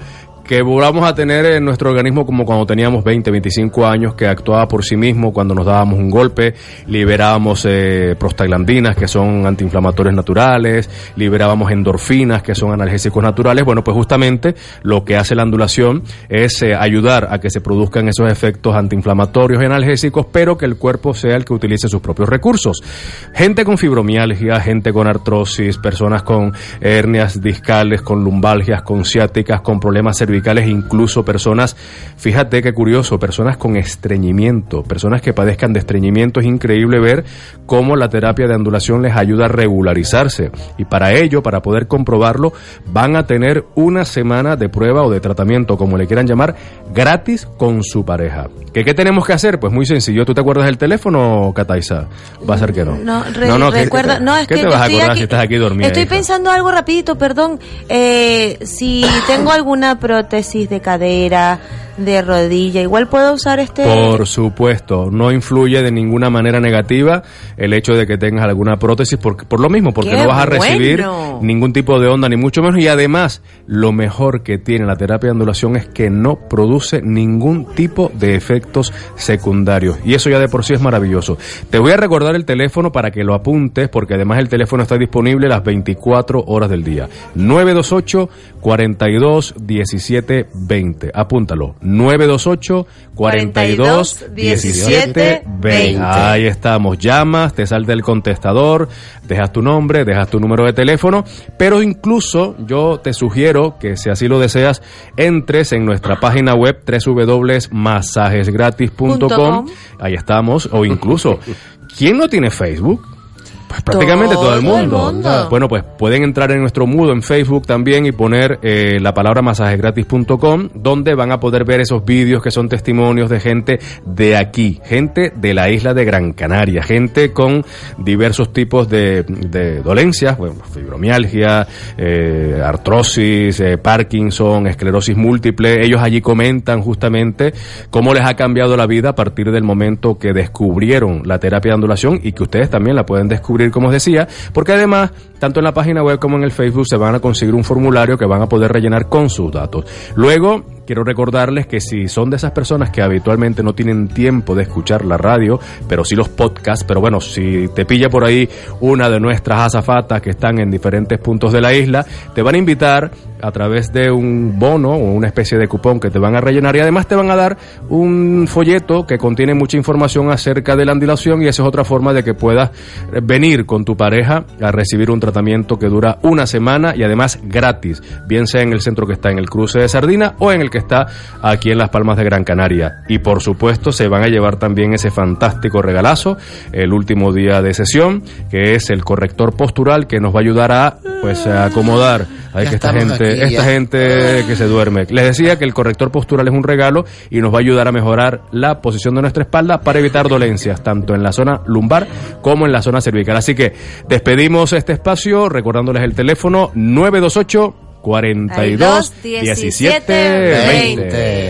que volvamos a tener en nuestro organismo como cuando teníamos veinte, veinticinco años, que actuaba por sí mismo cuando nos dábamos un golpe, liberábamos eh, prostaglandinas, que son antiinflamatorios naturales, liberábamos endorfinas, que son analgésicos naturales. Bueno, pues justamente lo que hace la ondulación es eh, ayudar a que se produzcan esos efectos antiinflamatorios y analgésicos, pero que el cuerpo sea el que utilice sus propios recursos. Gente con fibromialgia, gente con artrosis, personas con hernias discales, con lumbalgias, con ciáticas, con problemas cervicales, incluso personas, fíjate qué curioso, personas con estreñimiento, personas que padezcan de estreñimiento. Es increíble ver cómo la terapia de ondulación les ayuda a regularizarse, y para ello, para poder comprobarlo, van a tener una semana de prueba o de tratamiento, como le quieran llamar, gratis con su pareja. ¿Qué, qué tenemos que hacer? Pues muy sencillo. ¿Tú te acuerdas del teléfono, Cataiza? Va a ser que no. No, re, no, no, recuerda, ¿qué, no, es ¿qué que te vas a acordar aquí, si estás aquí dormida? Estoy hija? pensando algo rapidito, perdón. Eh, si tengo alguna prótesis de cadera, de rodilla, igual puedo usar este. Por supuesto, no influye de ninguna manera negativa el hecho de que tengas alguna prótesis, por, por lo mismo, porque ¡Qué no vas a recibir bueno! ningún tipo de onda, ni mucho menos. Y además, lo mejor que tiene la terapia de ondulación es que no produce ningún tipo de efectos secundarios, y eso ya de por sí es maravilloso. Te voy a recordar el teléfono para que lo apuntes, porque además el teléfono está disponible las veinticuatro horas del día. nueve dos ocho, cuarenta y dos, diecisiete, veinte. Apúntalo. nueve dos ocho, cuarenta y dos, diecisiete, veinte. Ahí estamos. Llamas, te salta el contestador, dejas tu nombre, dejas tu número de teléfono, pero incluso yo te sugiero que, si así lo deseas, entres en nuestra página web doble u doble u doble u punto masajes gratis punto com. Ahí estamos. O incluso, ¿quién no tiene Facebook? Pues prácticamente todo, todo el mundo. el mundo. Bueno, pues pueden entrar en nuestro mudo en Facebook también y poner eh, la palabra masajes gratis punto com, donde van a poder ver esos vídeos que son testimonios de gente de aquí, gente de la isla de Gran Canaria, gente con diversos tipos de, de dolencias, bueno, fibromialgia, eh, artrosis, eh, Parkinson, esclerosis múltiple. Ellos allí comentan justamente cómo les ha cambiado la vida a partir del momento que descubrieron la terapia de ondulación, y que ustedes también la pueden descubrir, como os decía, porque además, tanto en la página web como en el Facebook, se van a conseguir un formulario que van a poder rellenar con sus datos. Luego, quiero recordarles que si son de esas personas que habitualmente no tienen tiempo de escuchar la radio, pero sí los podcasts, pero bueno, si te pilla por ahí una de nuestras azafatas que están en diferentes puntos de la isla, te van a invitar a través de un bono o una especie de cupón que te van a rellenar, y además te van a dar un folleto que contiene mucha información acerca de la ondulación, y esa es otra forma de que puedas venir con tu pareja a recibir un tratamiento que dura una semana y además gratis, bien sea en el centro que está en el cruce de Sardina o en el que está aquí en Las Palmas de Gran Canaria. Y por supuesto se van a llevar también ese fantástico regalazo el último día de sesión, que es el corrector postural, que nos va a ayudar a pues a acomodar a que esta gente aquí, esta gente que se duerme. Les decía que el corrector postural es un regalo y nos va a ayudar a mejorar la posición de nuestra espalda para evitar dolencias tanto en la zona lumbar como en la zona cervical. Así que despedimos este espacio recordándoles el teléfono nueve dos ocho, cuarenta y dos, diecisiete, veinte.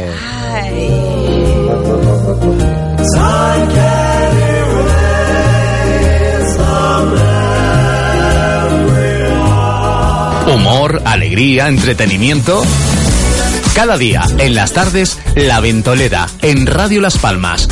Humor, alegría, entretenimiento. Cada día, en las tardes, La Ventolera, en Radio Las Palmas.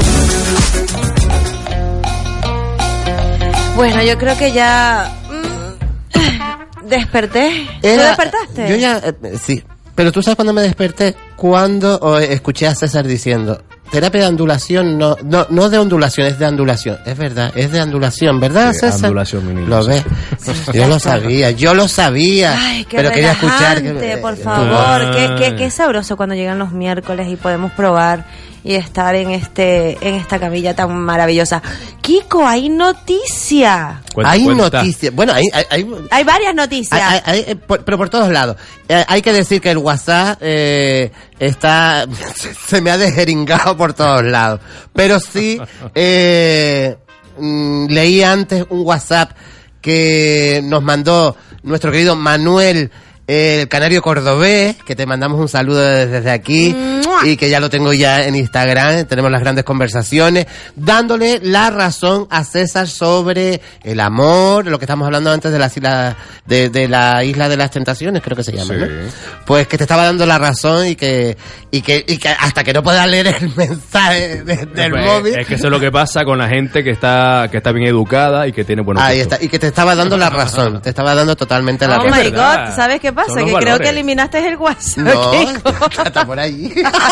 Bueno, yo creo que ya mmm, desperté. Era, ¿Tú despertaste? Yo ya, eh, sí. Pero tú sabes cuándo me desperté, cuando oh, escuché a César diciendo, terapia de ondulación, no, no, no de ondulación, es de ondulación. Es verdad, es de ondulación, ¿verdad, sí, César? Ondulación, mi niño. Lo ves. Yo lo sabía, yo lo sabía. Ay, qué pero quería escuchar. Que, por favor, qué, qué, qué sabroso cuando llegan los miércoles y podemos probar y estar en este en esta camilla tan maravillosa. Kiko, hay noticia. Cuenta, hay noticia. Bueno, hay, hay, hay, hay varias noticias. Hay, hay, hay, por, pero por todos lados. Eh, hay que decir que el WhatsApp eh, está se me ha desjeringado por todos lados. Pero sí eh, mm, leí antes un WhatsApp que nos mandó nuestro querido Manuel, el canario cordobés, que te mandamos un saludo desde aquí. y que ya lo tengo ya en Instagram, tenemos las grandes conversaciones, dándole la razón a César sobre el amor, lo que estamos hablando antes de la isla de, de la isla de las tentaciones, creo que se llama, sí. ¿no? Pues que te estaba dando la razón y que y que, y que hasta que no puedas leer el mensaje de, del pues, móvil. Es que eso es lo que pasa con la gente que está que está bien educada y que tiene buenos Ahí gustos. está, y que te estaba dando la razón, te estaba dando totalmente la oh razón. Oh my God, ¿sabes qué pasa? Que valores. creo que eliminaste el WhatsApp. No, está por ahí.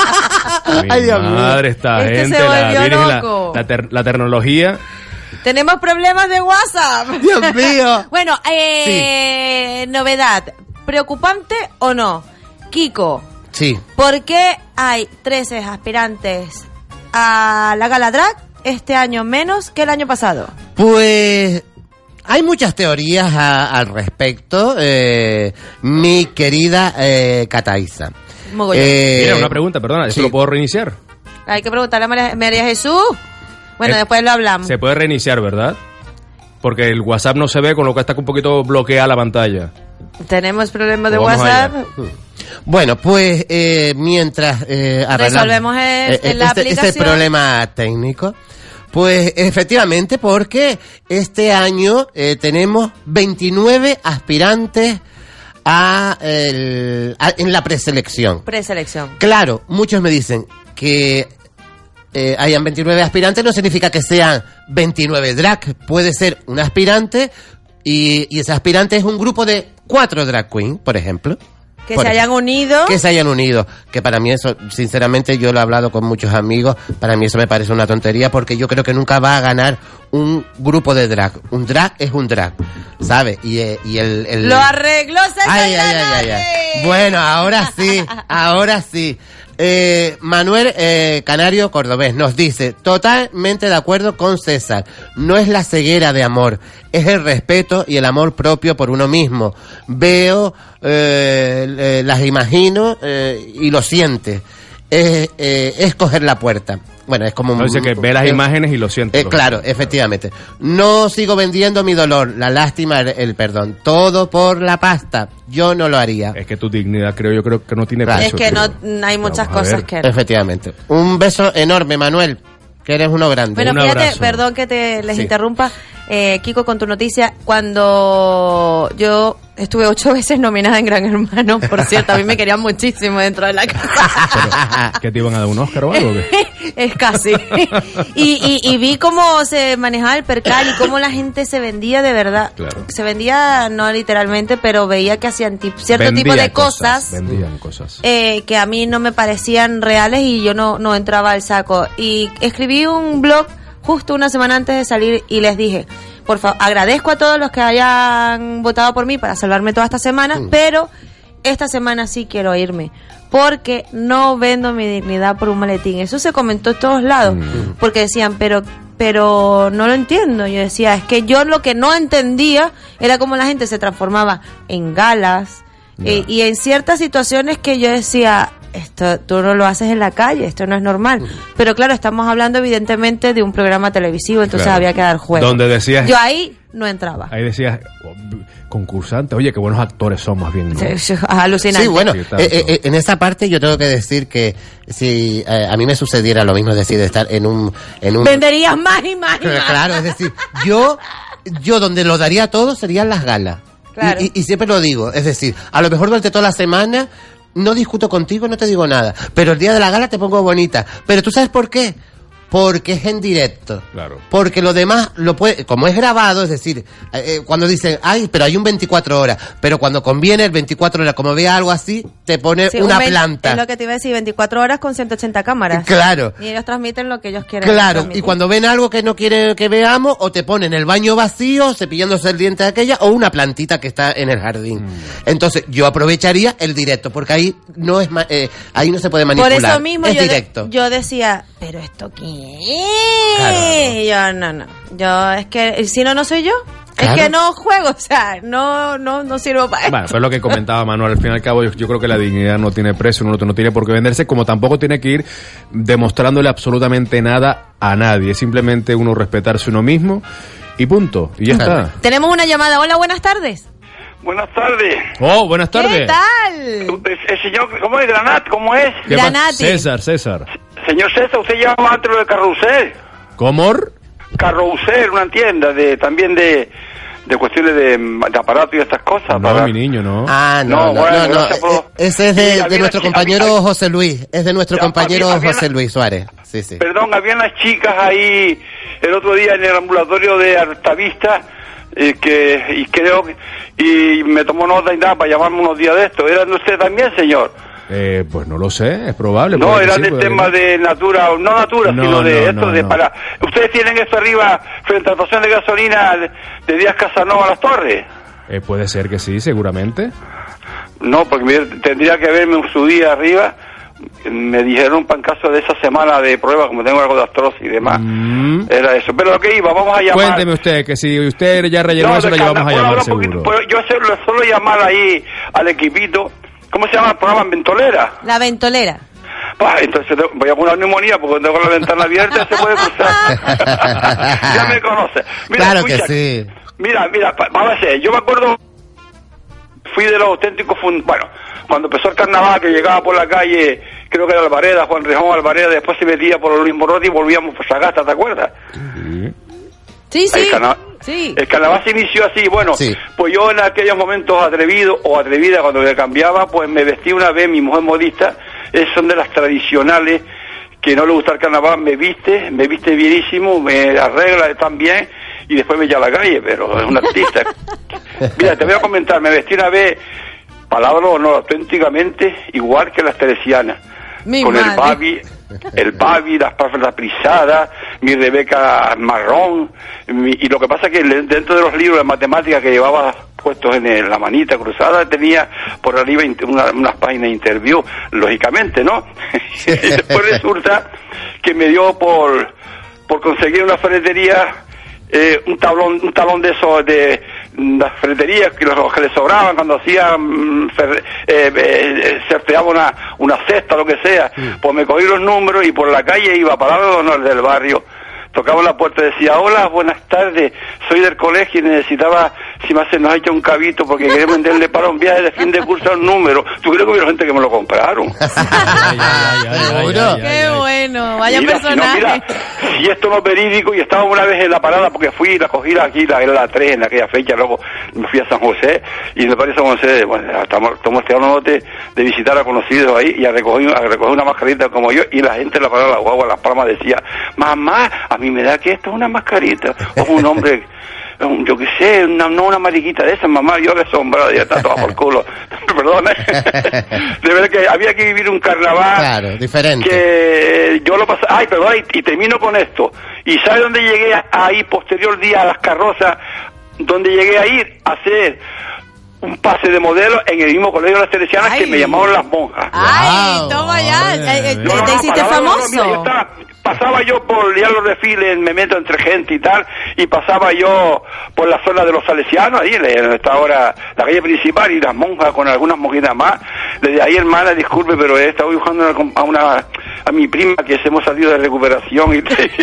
Ay, Dios mío. Madre, esta este gente, se la, volvió la, loco. la, ter, la tecnología. Tenemos problemas de WhatsApp. Dios mío. Bueno, eh, sí. Novedad. ¿Preocupante o no? Kiko. Sí. ¿Por qué hay trece aspirantes a la Gala Drag este año menos que el año pasado? Pues hay muchas teorías a, al respecto, eh, mi querida eh, Cataiza. Eh, Mira, una pregunta, perdona, ¿eso sí. lo puedo reiniciar? Hay que preguntarle a María, María Jesús. Bueno, eh, después lo hablamos. Se puede reiniciar, ¿verdad? Porque el WhatsApp no se ve, con lo que está un poquito bloqueada la pantalla. Tenemos problemas de WhatsApp. Bueno, pues eh, mientras eh, resolvemos el, eh, la este, aplicación. este problema técnico, pues efectivamente, porque este año eh, tenemos veintinueve aspirantes a, el, a en la preselección. Preselección. Claro, muchos me dicen que eh, hayan veintinueve aspirantes no significa que sean veintinueve drag. Puede ser un aspirante y, y ese aspirante es un grupo de cuatro drag queens, por ejemplo. Que se hayan unido. Que se hayan unido. Que para mí eso, sinceramente, yo lo he hablado con muchos amigos, para mí eso me parece una tontería porque yo creo que nunca va a ganar un grupo de drag. Un drag es un drag, ¿sabes? Y, y el, el... Lo arregló César. Ay, ay, ay, ay, ay. Bueno, ahora sí, ahora sí. Eh, Manuel eh, Canario Cordobés nos dice, totalmente de acuerdo con César, no es la ceguera de amor, es el respeto y el amor propio por uno mismo. Veo, eh, eh, las imagino eh, y lo sientes. Es, eh, es coger la puerta. Bueno, es como... No, dice que ve las eh, imágenes y lo siente. Eh, claro, efectivamente. No sigo vendiendo mi dolor, la lástima, el, el perdón. Todo por la pasta. Yo no lo haría. Es que tu dignidad, creo yo, creo que no tiene claro. precio. Es que no, no hay muchas cosas que... No. Efectivamente. Un beso enorme, Manuel, que eres uno grande. Bueno, Un fíjate, abrazo. Perdón que te les sí. interrumpa. Eh, Kiko, con tu noticia, cuando yo estuve ocho veces nominada en Gran Hermano, por cierto, a mí me querían muchísimo dentro de la casa. ¿Pero, ¿Qué te iban a dar un Oscar o algo? ¿O qué? Es casi. Y, y, y vi cómo se manejaba el percal y cómo la gente se vendía de verdad. Claro. Se vendía, no literalmente, pero veía que hacían tip, cierto Vendía tipo de cosas. cosas, vendían cosas. Eh, que a mí no me parecían reales y yo no, no entraba al saco. Y escribí un blog justo una semana antes de salir y les dije, por favor, agradezco a todos los que hayan votado por mí para salvarme toda esta semana, mm. pero esta semana sí quiero irme, porque no vendo mi dignidad por un maletín. Eso se comentó en todos lados, mm. porque decían, pero pero no lo entiendo. Yo decía, es que yo lo que no entendía era cómo la gente se transformaba en galas, no. eh, y en ciertas situaciones que yo decía, esto tú no lo haces en la calle, esto no es normal. Mm. Pero claro, estamos hablando evidentemente de un programa televisivo, entonces claro. había que dar juego. Donde decías, yo ahí no entraba. Ahí decías, oh, concursante, oye, qué buenos actores son más bien, ¿no? Sí, alucinante. Sí, bueno, sí, eh, eh, en esa parte yo tengo que decir que si eh, a mí me sucediera lo mismo, es decir, de estar en un... En un... Venderías más y más y más. Claro, es decir, yo, yo donde lo daría todo serían las galas. Claro. Y, y, y siempre lo digo, es decir, a lo mejor durante toda la semana no discuto contigo, no te digo nada, pero el día de la gala te pongo bonita. Pero ¿tú sabes por qué? Porque es en directo. Claro. Porque lo demás lo puede, como es grabado, es decir, eh, cuando dicen, ay, pero hay un veinticuatro horas, pero cuando conviene el veinticuatro horas, como vea algo así, te pone sí, una un planta. Es lo que te iba a decir, veinticuatro horas con ciento ochenta cámaras. Claro. Y ellos transmiten lo que ellos quieren. Claro, transmitir. Y cuando ven algo que no quieren que veamos, o te ponen el baño vacío, cepillándose el diente de aquella, o una plantita que está en el jardín. Mm. Entonces, yo aprovecharía el directo, porque ahí no es eh, ahí no se puede manipular. Por eso mismo es yo, directo. De, yo decía, pero esto qué. Claro, no. Yo no, no. Yo es que si no no soy yo. Claro. Es que no juego, o sea, no no no sirvo para bueno, eso. Bueno, es lo que comentaba Manuel. Al fin y al cabo, yo, yo creo que la dignidad no tiene precio, uno no tiene por qué venderse, como tampoco tiene que ir demostrándole absolutamente nada a nadie. Es simplemente uno respetarse uno mismo y punto. Y ya claro. está. Tenemos una llamada. Hola, buenas tardes. Buenas tardes. Oh, buenas tardes. ¿Qué tal? El, el señor, ¿cómo es? Granat, ¿cómo es? Granati. César, César. Señor César, usted llama antes de Carrusel. ¿Cómo? Carrusel, una tienda de también de, de cuestiones de, de aparatos y estas cosas. No, para... mi niño, no. Ah, no, no, no. bueno, no, no. Por... Ese es de, sí, de nuestro chica, compañero había... José Luis. Es de nuestro ya, compañero había, había José una... Luis Suárez. Sí, sí. Perdón, había unas chicas ahí el otro día en el ambulatorio de Altavista eh, que y creo que y me tomó nota y nada para llamarme unos días de esto. ¿Eran usted también, señor? Eh, pues no lo sé, es probable. No, era del tema de Natura, no Natura, no, sino de no, esto no, de no. para... ¿Ustedes tienen esto arriba frente a la estación de gasolina de, de Díaz Casanova a Las Torres? Eh, puede ser que sí, seguramente. No, porque me, tendría que verme un su día arriba. Me dijeron para en caso de esa semana de prueba, como tengo algo de artrosis y demás. Mm. Era eso. Pero lo que iba, vamos a llamar... Cuénteme usted, que si usted ya rellenó no, eso, le llevamos a llamar seguro. Pues yo solo, solo llamar ahí al equipito. ¿Cómo se llama el programa? ¿Ventolera? La Ventolera. Bah, entonces voy a poner neumonía porque tengo la ventana abierta y se puede cruzar. Ya me conoce. Mira, claro escucha, que sí. Mira, mira, vamos a ver, yo me acuerdo, fui de los auténticos, fund... bueno, cuando empezó el carnaval, que llegaba por la calle, creo que era Alvareda, Juan Rejón Alvareda, después se metía por Luis Morotti y volvíamos por Sagasta, ¿te acuerdas? Sí, sí. El carnaval, sí. El carnaval se inició así, bueno, sí. Pues yo en aquellos momentos atrevido o atrevida, cuando me cambiaba, pues me vestí una vez, mi mujer modista, es, son de las tradicionales, que no le gusta el carnaval, me viste, me viste bienísimo, me arregla también, y después me lleva a la calle, pero es una artista. Mira, te voy a comentar, me vestí una vez, palabra o no, auténticamente, igual que las teresianas, mi con madre. el babi, el babi, las parfas prisadas, mi Rebeca marrón, mi, y lo que pasa es que dentro de los libros de matemáticas que llevaba puestos en el, la manita cruzada, tenía por arriba una, unas páginas de interview, lógicamente, ¿no? Y después resulta que me dio por, por conseguir una ferretería, eh, un tablón, un talón de esos de las ferreterías que los que le sobraban cuando hacían fer, eh, eh, sorteaba una, una cesta, lo que sea, mm. Pues me cogí los números y por la calle iba, palabra de honor del barrio, tocaba la puerta y decía, hola, buenas tardes, soy del colegio y necesitaba, si me hace, nos ha hecho un cabito porque queremos venderle para un viaje de fin de curso un número. ¿Tú crees que hubo gente que me lo compraron? Ay, ay, ay, ay, qué bueno, vaya mira, personaje. Si, no, mira, si esto no es verídico, y estaba una vez en la parada porque fui y la cogí aquí, la, era la tres en aquella fecha, luego me fui a San José y me parece San José, bueno, estamos, estamos de, de visitar a conocidos ahí y a recoger, a recoger una mascarita como yo, y la gente en la parada de la guagua, Las Palmas, decía, mamá, a mí me da que esto es una mascarita, o un hombre, un, yo qué sé, una, no una mariquita de esas, mamá, yo le asombrado, ya está toda por culo, perdón, de verdad que había que vivir un carnaval, claro, diferente, que yo lo pasé, ay, perdón, y, y termino con esto, y ¿sabe dónde llegué ahí, posterior día a las carrozas, donde llegué a ir a hacer un pase de modelo en el mismo colegio de las teresianas? Ay. Que me llamaron Las Monjas. Ay, wow. Toma ya, eh, eh, no, no, te hiciste famoso. No, mira, yo estaba, pasaba yo por ya los desfiles, me meto entre gente y tal, y pasaba yo por la zona de los salesianos, ahí en esta hora, la calle principal, y Las Monjas con algunas monjitas más. Desde ahí, hermana, disculpe, pero he estado buscando a una, a mi prima que hemos salido de recuperación y te...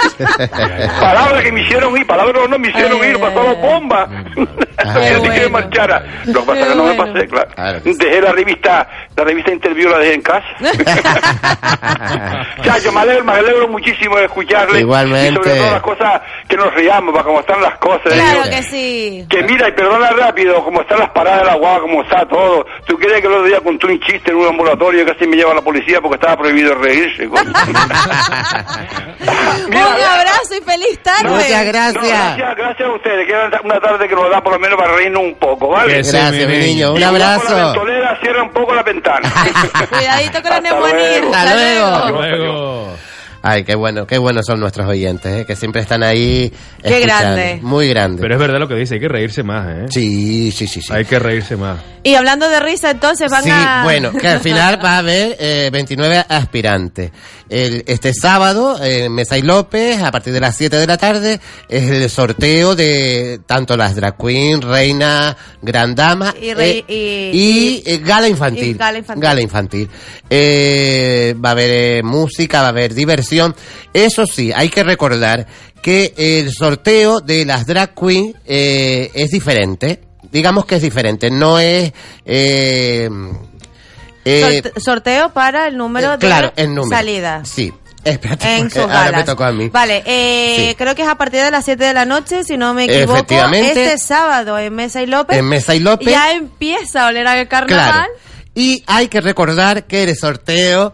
palabras que me hicieron ir, palabras no me hicieron ir, pasaba bomba. Yo bueno. que me marchara. Lo que pasa es que no bueno. me pasé, claro. claro sí. Dejé la revista, la revista Interview la dejé en casa. Chacho, me alegro, me alegro muchísimo de escucharle. Igualmente. Y sobre todo las cosas que nos riamos, para cómo están las cosas. Claro digo, que sí. Que mira, y perdona rápido, como están las paradas de la guagua, como está todo. ¿Tú crees que el otro día conté un chiste en un ambulatorio y casi me lleva a la policía porque estaba prohibido reírse? Mira, un abrazo y feliz tarde. No, muchas gracias. No, gracias. Gracias a ustedes. Queda una tarde que nos da por lo menos para reírnos un poco, ¿vale? Gracias, mi niño. niño. Un y abrazo. La ventolera cierra un poco la ventana. Cuidadito con la neumonía. Hasta luego. Hasta luego. Ay, qué bueno, qué buenos son nuestros oyentes, ¿eh? Que siempre están ahí. Qué grande. Muy grande. Pero es verdad lo que dice, hay que reírse más, ¿eh? Sí, sí, sí, sí. Hay que reírse más. Y hablando de risa, entonces van sí, a... Sí, bueno, que al final va a haber eh, veintinueve aspirantes. El, este sábado, en Mesa y López, a partir de las siete de la tarde, es el sorteo de tanto las drag queen, reina, gran dama y, rey, eh, y, y, y, y gala infantil. Y gala infantil. Gala infantil. Eh, va a haber eh, música, va a haber diversión. Eso sí, hay que recordar que el sorteo de las drag queen eh, es diferente. digamos que es diferente. No es... Eh, eh, Sorte- sorteo para el número eh, claro, de el número. salida. Sí. Espérate, en sus ahora galas. me tocó a mí. Vale, eh, sí. Creo que es a partir de las siete de la noche, si no me equivoco. Efectivamente. Este sábado en Mesa y López. En Mesa y López. Ya empieza a oler al carnaval. Claro. Y hay que recordar que el sorteo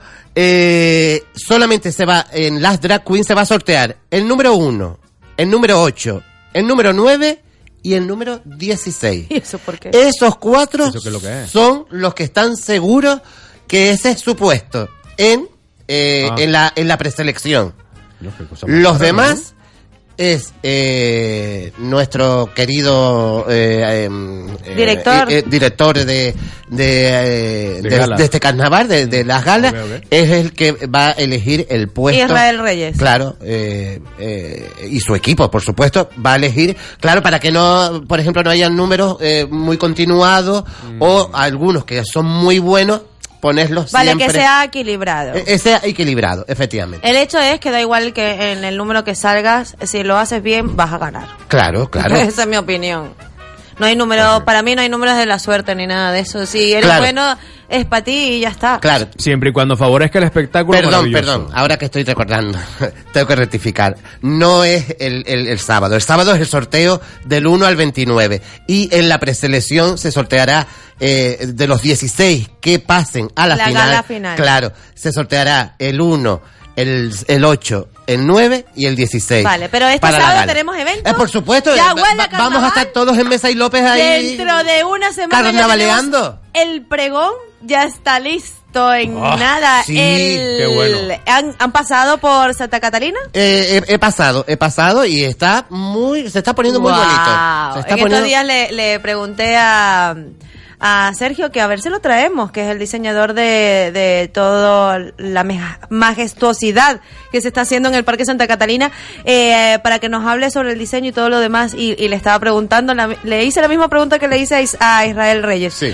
eh, solamente se va, en las drag queens se va a sortear el número uno, el número ocho, el número nueve y el número dieciséis. ¿Y eso por qué? Esos cuatro ¿Eso qué es lo que es? son los que están seguros que ese es su puesto en, eh, ah. en, la, en la preselección. No, Los demás... ¿no? Es eh, nuestro querido eh, eh, director eh, eh, director de de, eh, de, de, de este carnaval, de, de las galas, okay, okay. Es el que va a elegir el puesto. Israel Reyes. Claro, eh, eh, y su equipo, por supuesto, va a elegir, claro, para que no, por ejemplo, no hayan números eh, muy continuados mm. o algunos que son muy buenos. Ponerlos vale, siempre. Que sea equilibrado. Que sea equilibrado, efectivamente. El hecho es que da igual que en el número que salgas, si lo haces bien, vas a ganar. Claro, claro. Esa es mi opinión. No hay número, okay. Para mí no hay números de la suerte ni nada de eso. Si eres claro. bueno, es para ti y ya está. Claro. Siempre y cuando favorezca el espectáculo. Perdón, perdón. Ahora que estoy recordando, tengo que rectificar. No es el, el, el sábado. El sábado es el sorteo del uno al veintinueve. Y en la preselección se sorteará eh, de los dieciséis que pasen a la, la final. Gala final. Claro. Se sorteará el uno, el, el ocho, el nueve y el dieciséis. Vale, pero este sábado tenemos eventos. Eh, por supuesto, ya eh, va, vamos a estar todos en Mesa y López ahí. Dentro de una semana carnavaleando. El pregón ya está listo en oh, nada. Sí, el, qué bueno. ¿han, ¿Han pasado por Santa Catalina? Eh, he, he pasado, he pasado y está muy, se está poniendo wow. muy bonito. Se está en poniendo... estos días le, le pregunté a... a Sergio que a ver si lo traemos, que es el diseñador de, de todo la majestuosidad que se está haciendo en el Parque Santa Catalina, eh, para que nos hable sobre el diseño y todo lo demás, y, y le estaba preguntando, la, le hice la misma pregunta que le hice a Israel Reyes. Sí.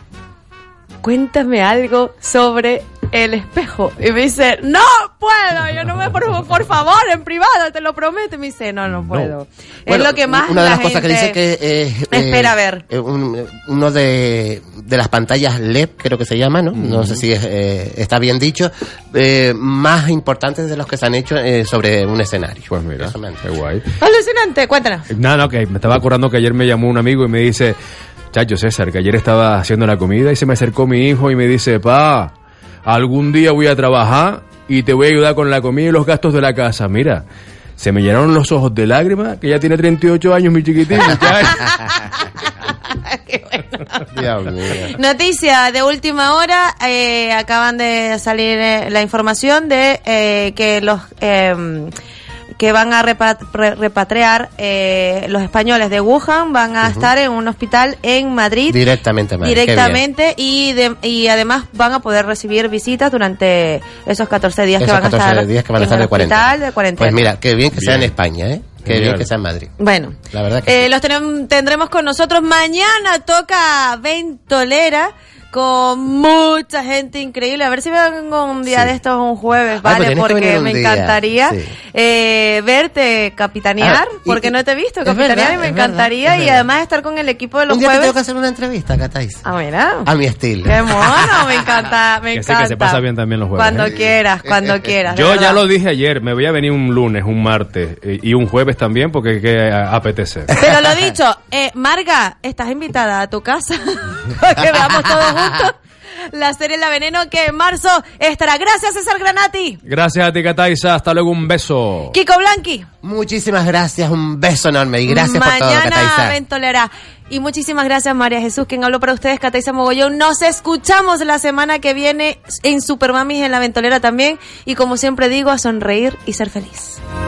Cuéntame algo sobre el espejo. Y me dice, no puedo, yo no me, por, por favor, en privado, te lo prometo. Y me dice, no, no puedo. No. Es bueno, lo que más una de la las cosas que dice que eh, espera eh, ver. Eh, un, uno de, de las pantallas L E D, creo que se llama, ¿no? Mm. No sé si es, eh, está bien dicho, eh, más importantes de los que se han hecho eh, sobre un escenario. Pues mira, qué guay. Alucinante, cuéntanos. No, no, que me estaba acordando que ayer me llamó un amigo y me dice, chacho César, que ayer estaba haciendo la comida y se me acercó mi hijo y me dice, pa, algún día voy a trabajar y te voy a ayudar con la comida y los gastos de la casa. Mira, se me llenaron los ojos de lágrimas, que ya tiene treinta y ocho años mi chiquitín. Qué bueno. Dios mío. Noticia de última hora, eh, acaban de salir eh, la información de eh, que los... Eh, que van a repatriar eh, los españoles de Wuhan, van a uh-huh. estar en un hospital en Madrid. Directamente, Madrid. Directamente, y, de, y además van a poder recibir visitas durante esos catorce días esos que van catorce a estar, días que van a estar en de, el cuarentena. hospital de cuarentena. Pues mira, qué bien que bien. sea en España, ¿eh? Qué bien, bien que sea en Madrid. Bueno, la verdad que eh, sí. los tenem- tendremos con nosotros. Mañana toca Ventolera, con mucha gente increíble. A ver si vengo un día sí. de estos, un jueves, ¿vale? Ah, pues porque me día. encantaría sí. eh, verte capitanear, ah, y, porque no te he visto capitanear verdad, y me encantaría. Verdad, y además estar con el equipo de los un día jueves. Te tengo que hacer una entrevista, Catais. Ah, mira. A mi estilo. Qué mono, me encanta, me que encanta. Sí, que se pasa bien también los jueves. Cuando ¿eh? quieras, cuando quieras. Yo ya lo dije ayer, me voy a venir un lunes, un martes y un jueves también porque que apetece. Pero lo dicho, eh, Marga, estás invitada a tu casa para que veamos todos juntos la serie La Veneno, que en marzo estará. Gracias, César Granati. Gracias a ti, Cataisa. Hasta luego, un beso. Kiko Blanqui. Muchísimas gracias, un beso enorme y gracias Mañana por todo, Cataisa. Mañana Ventolera. Y muchísimas gracias, María Jesús, quien habló para ustedes, Cataisa Mogollón. Nos escuchamos la semana que viene en Supermamis en La Ventolera también. Y como siempre digo, a sonreír y ser feliz.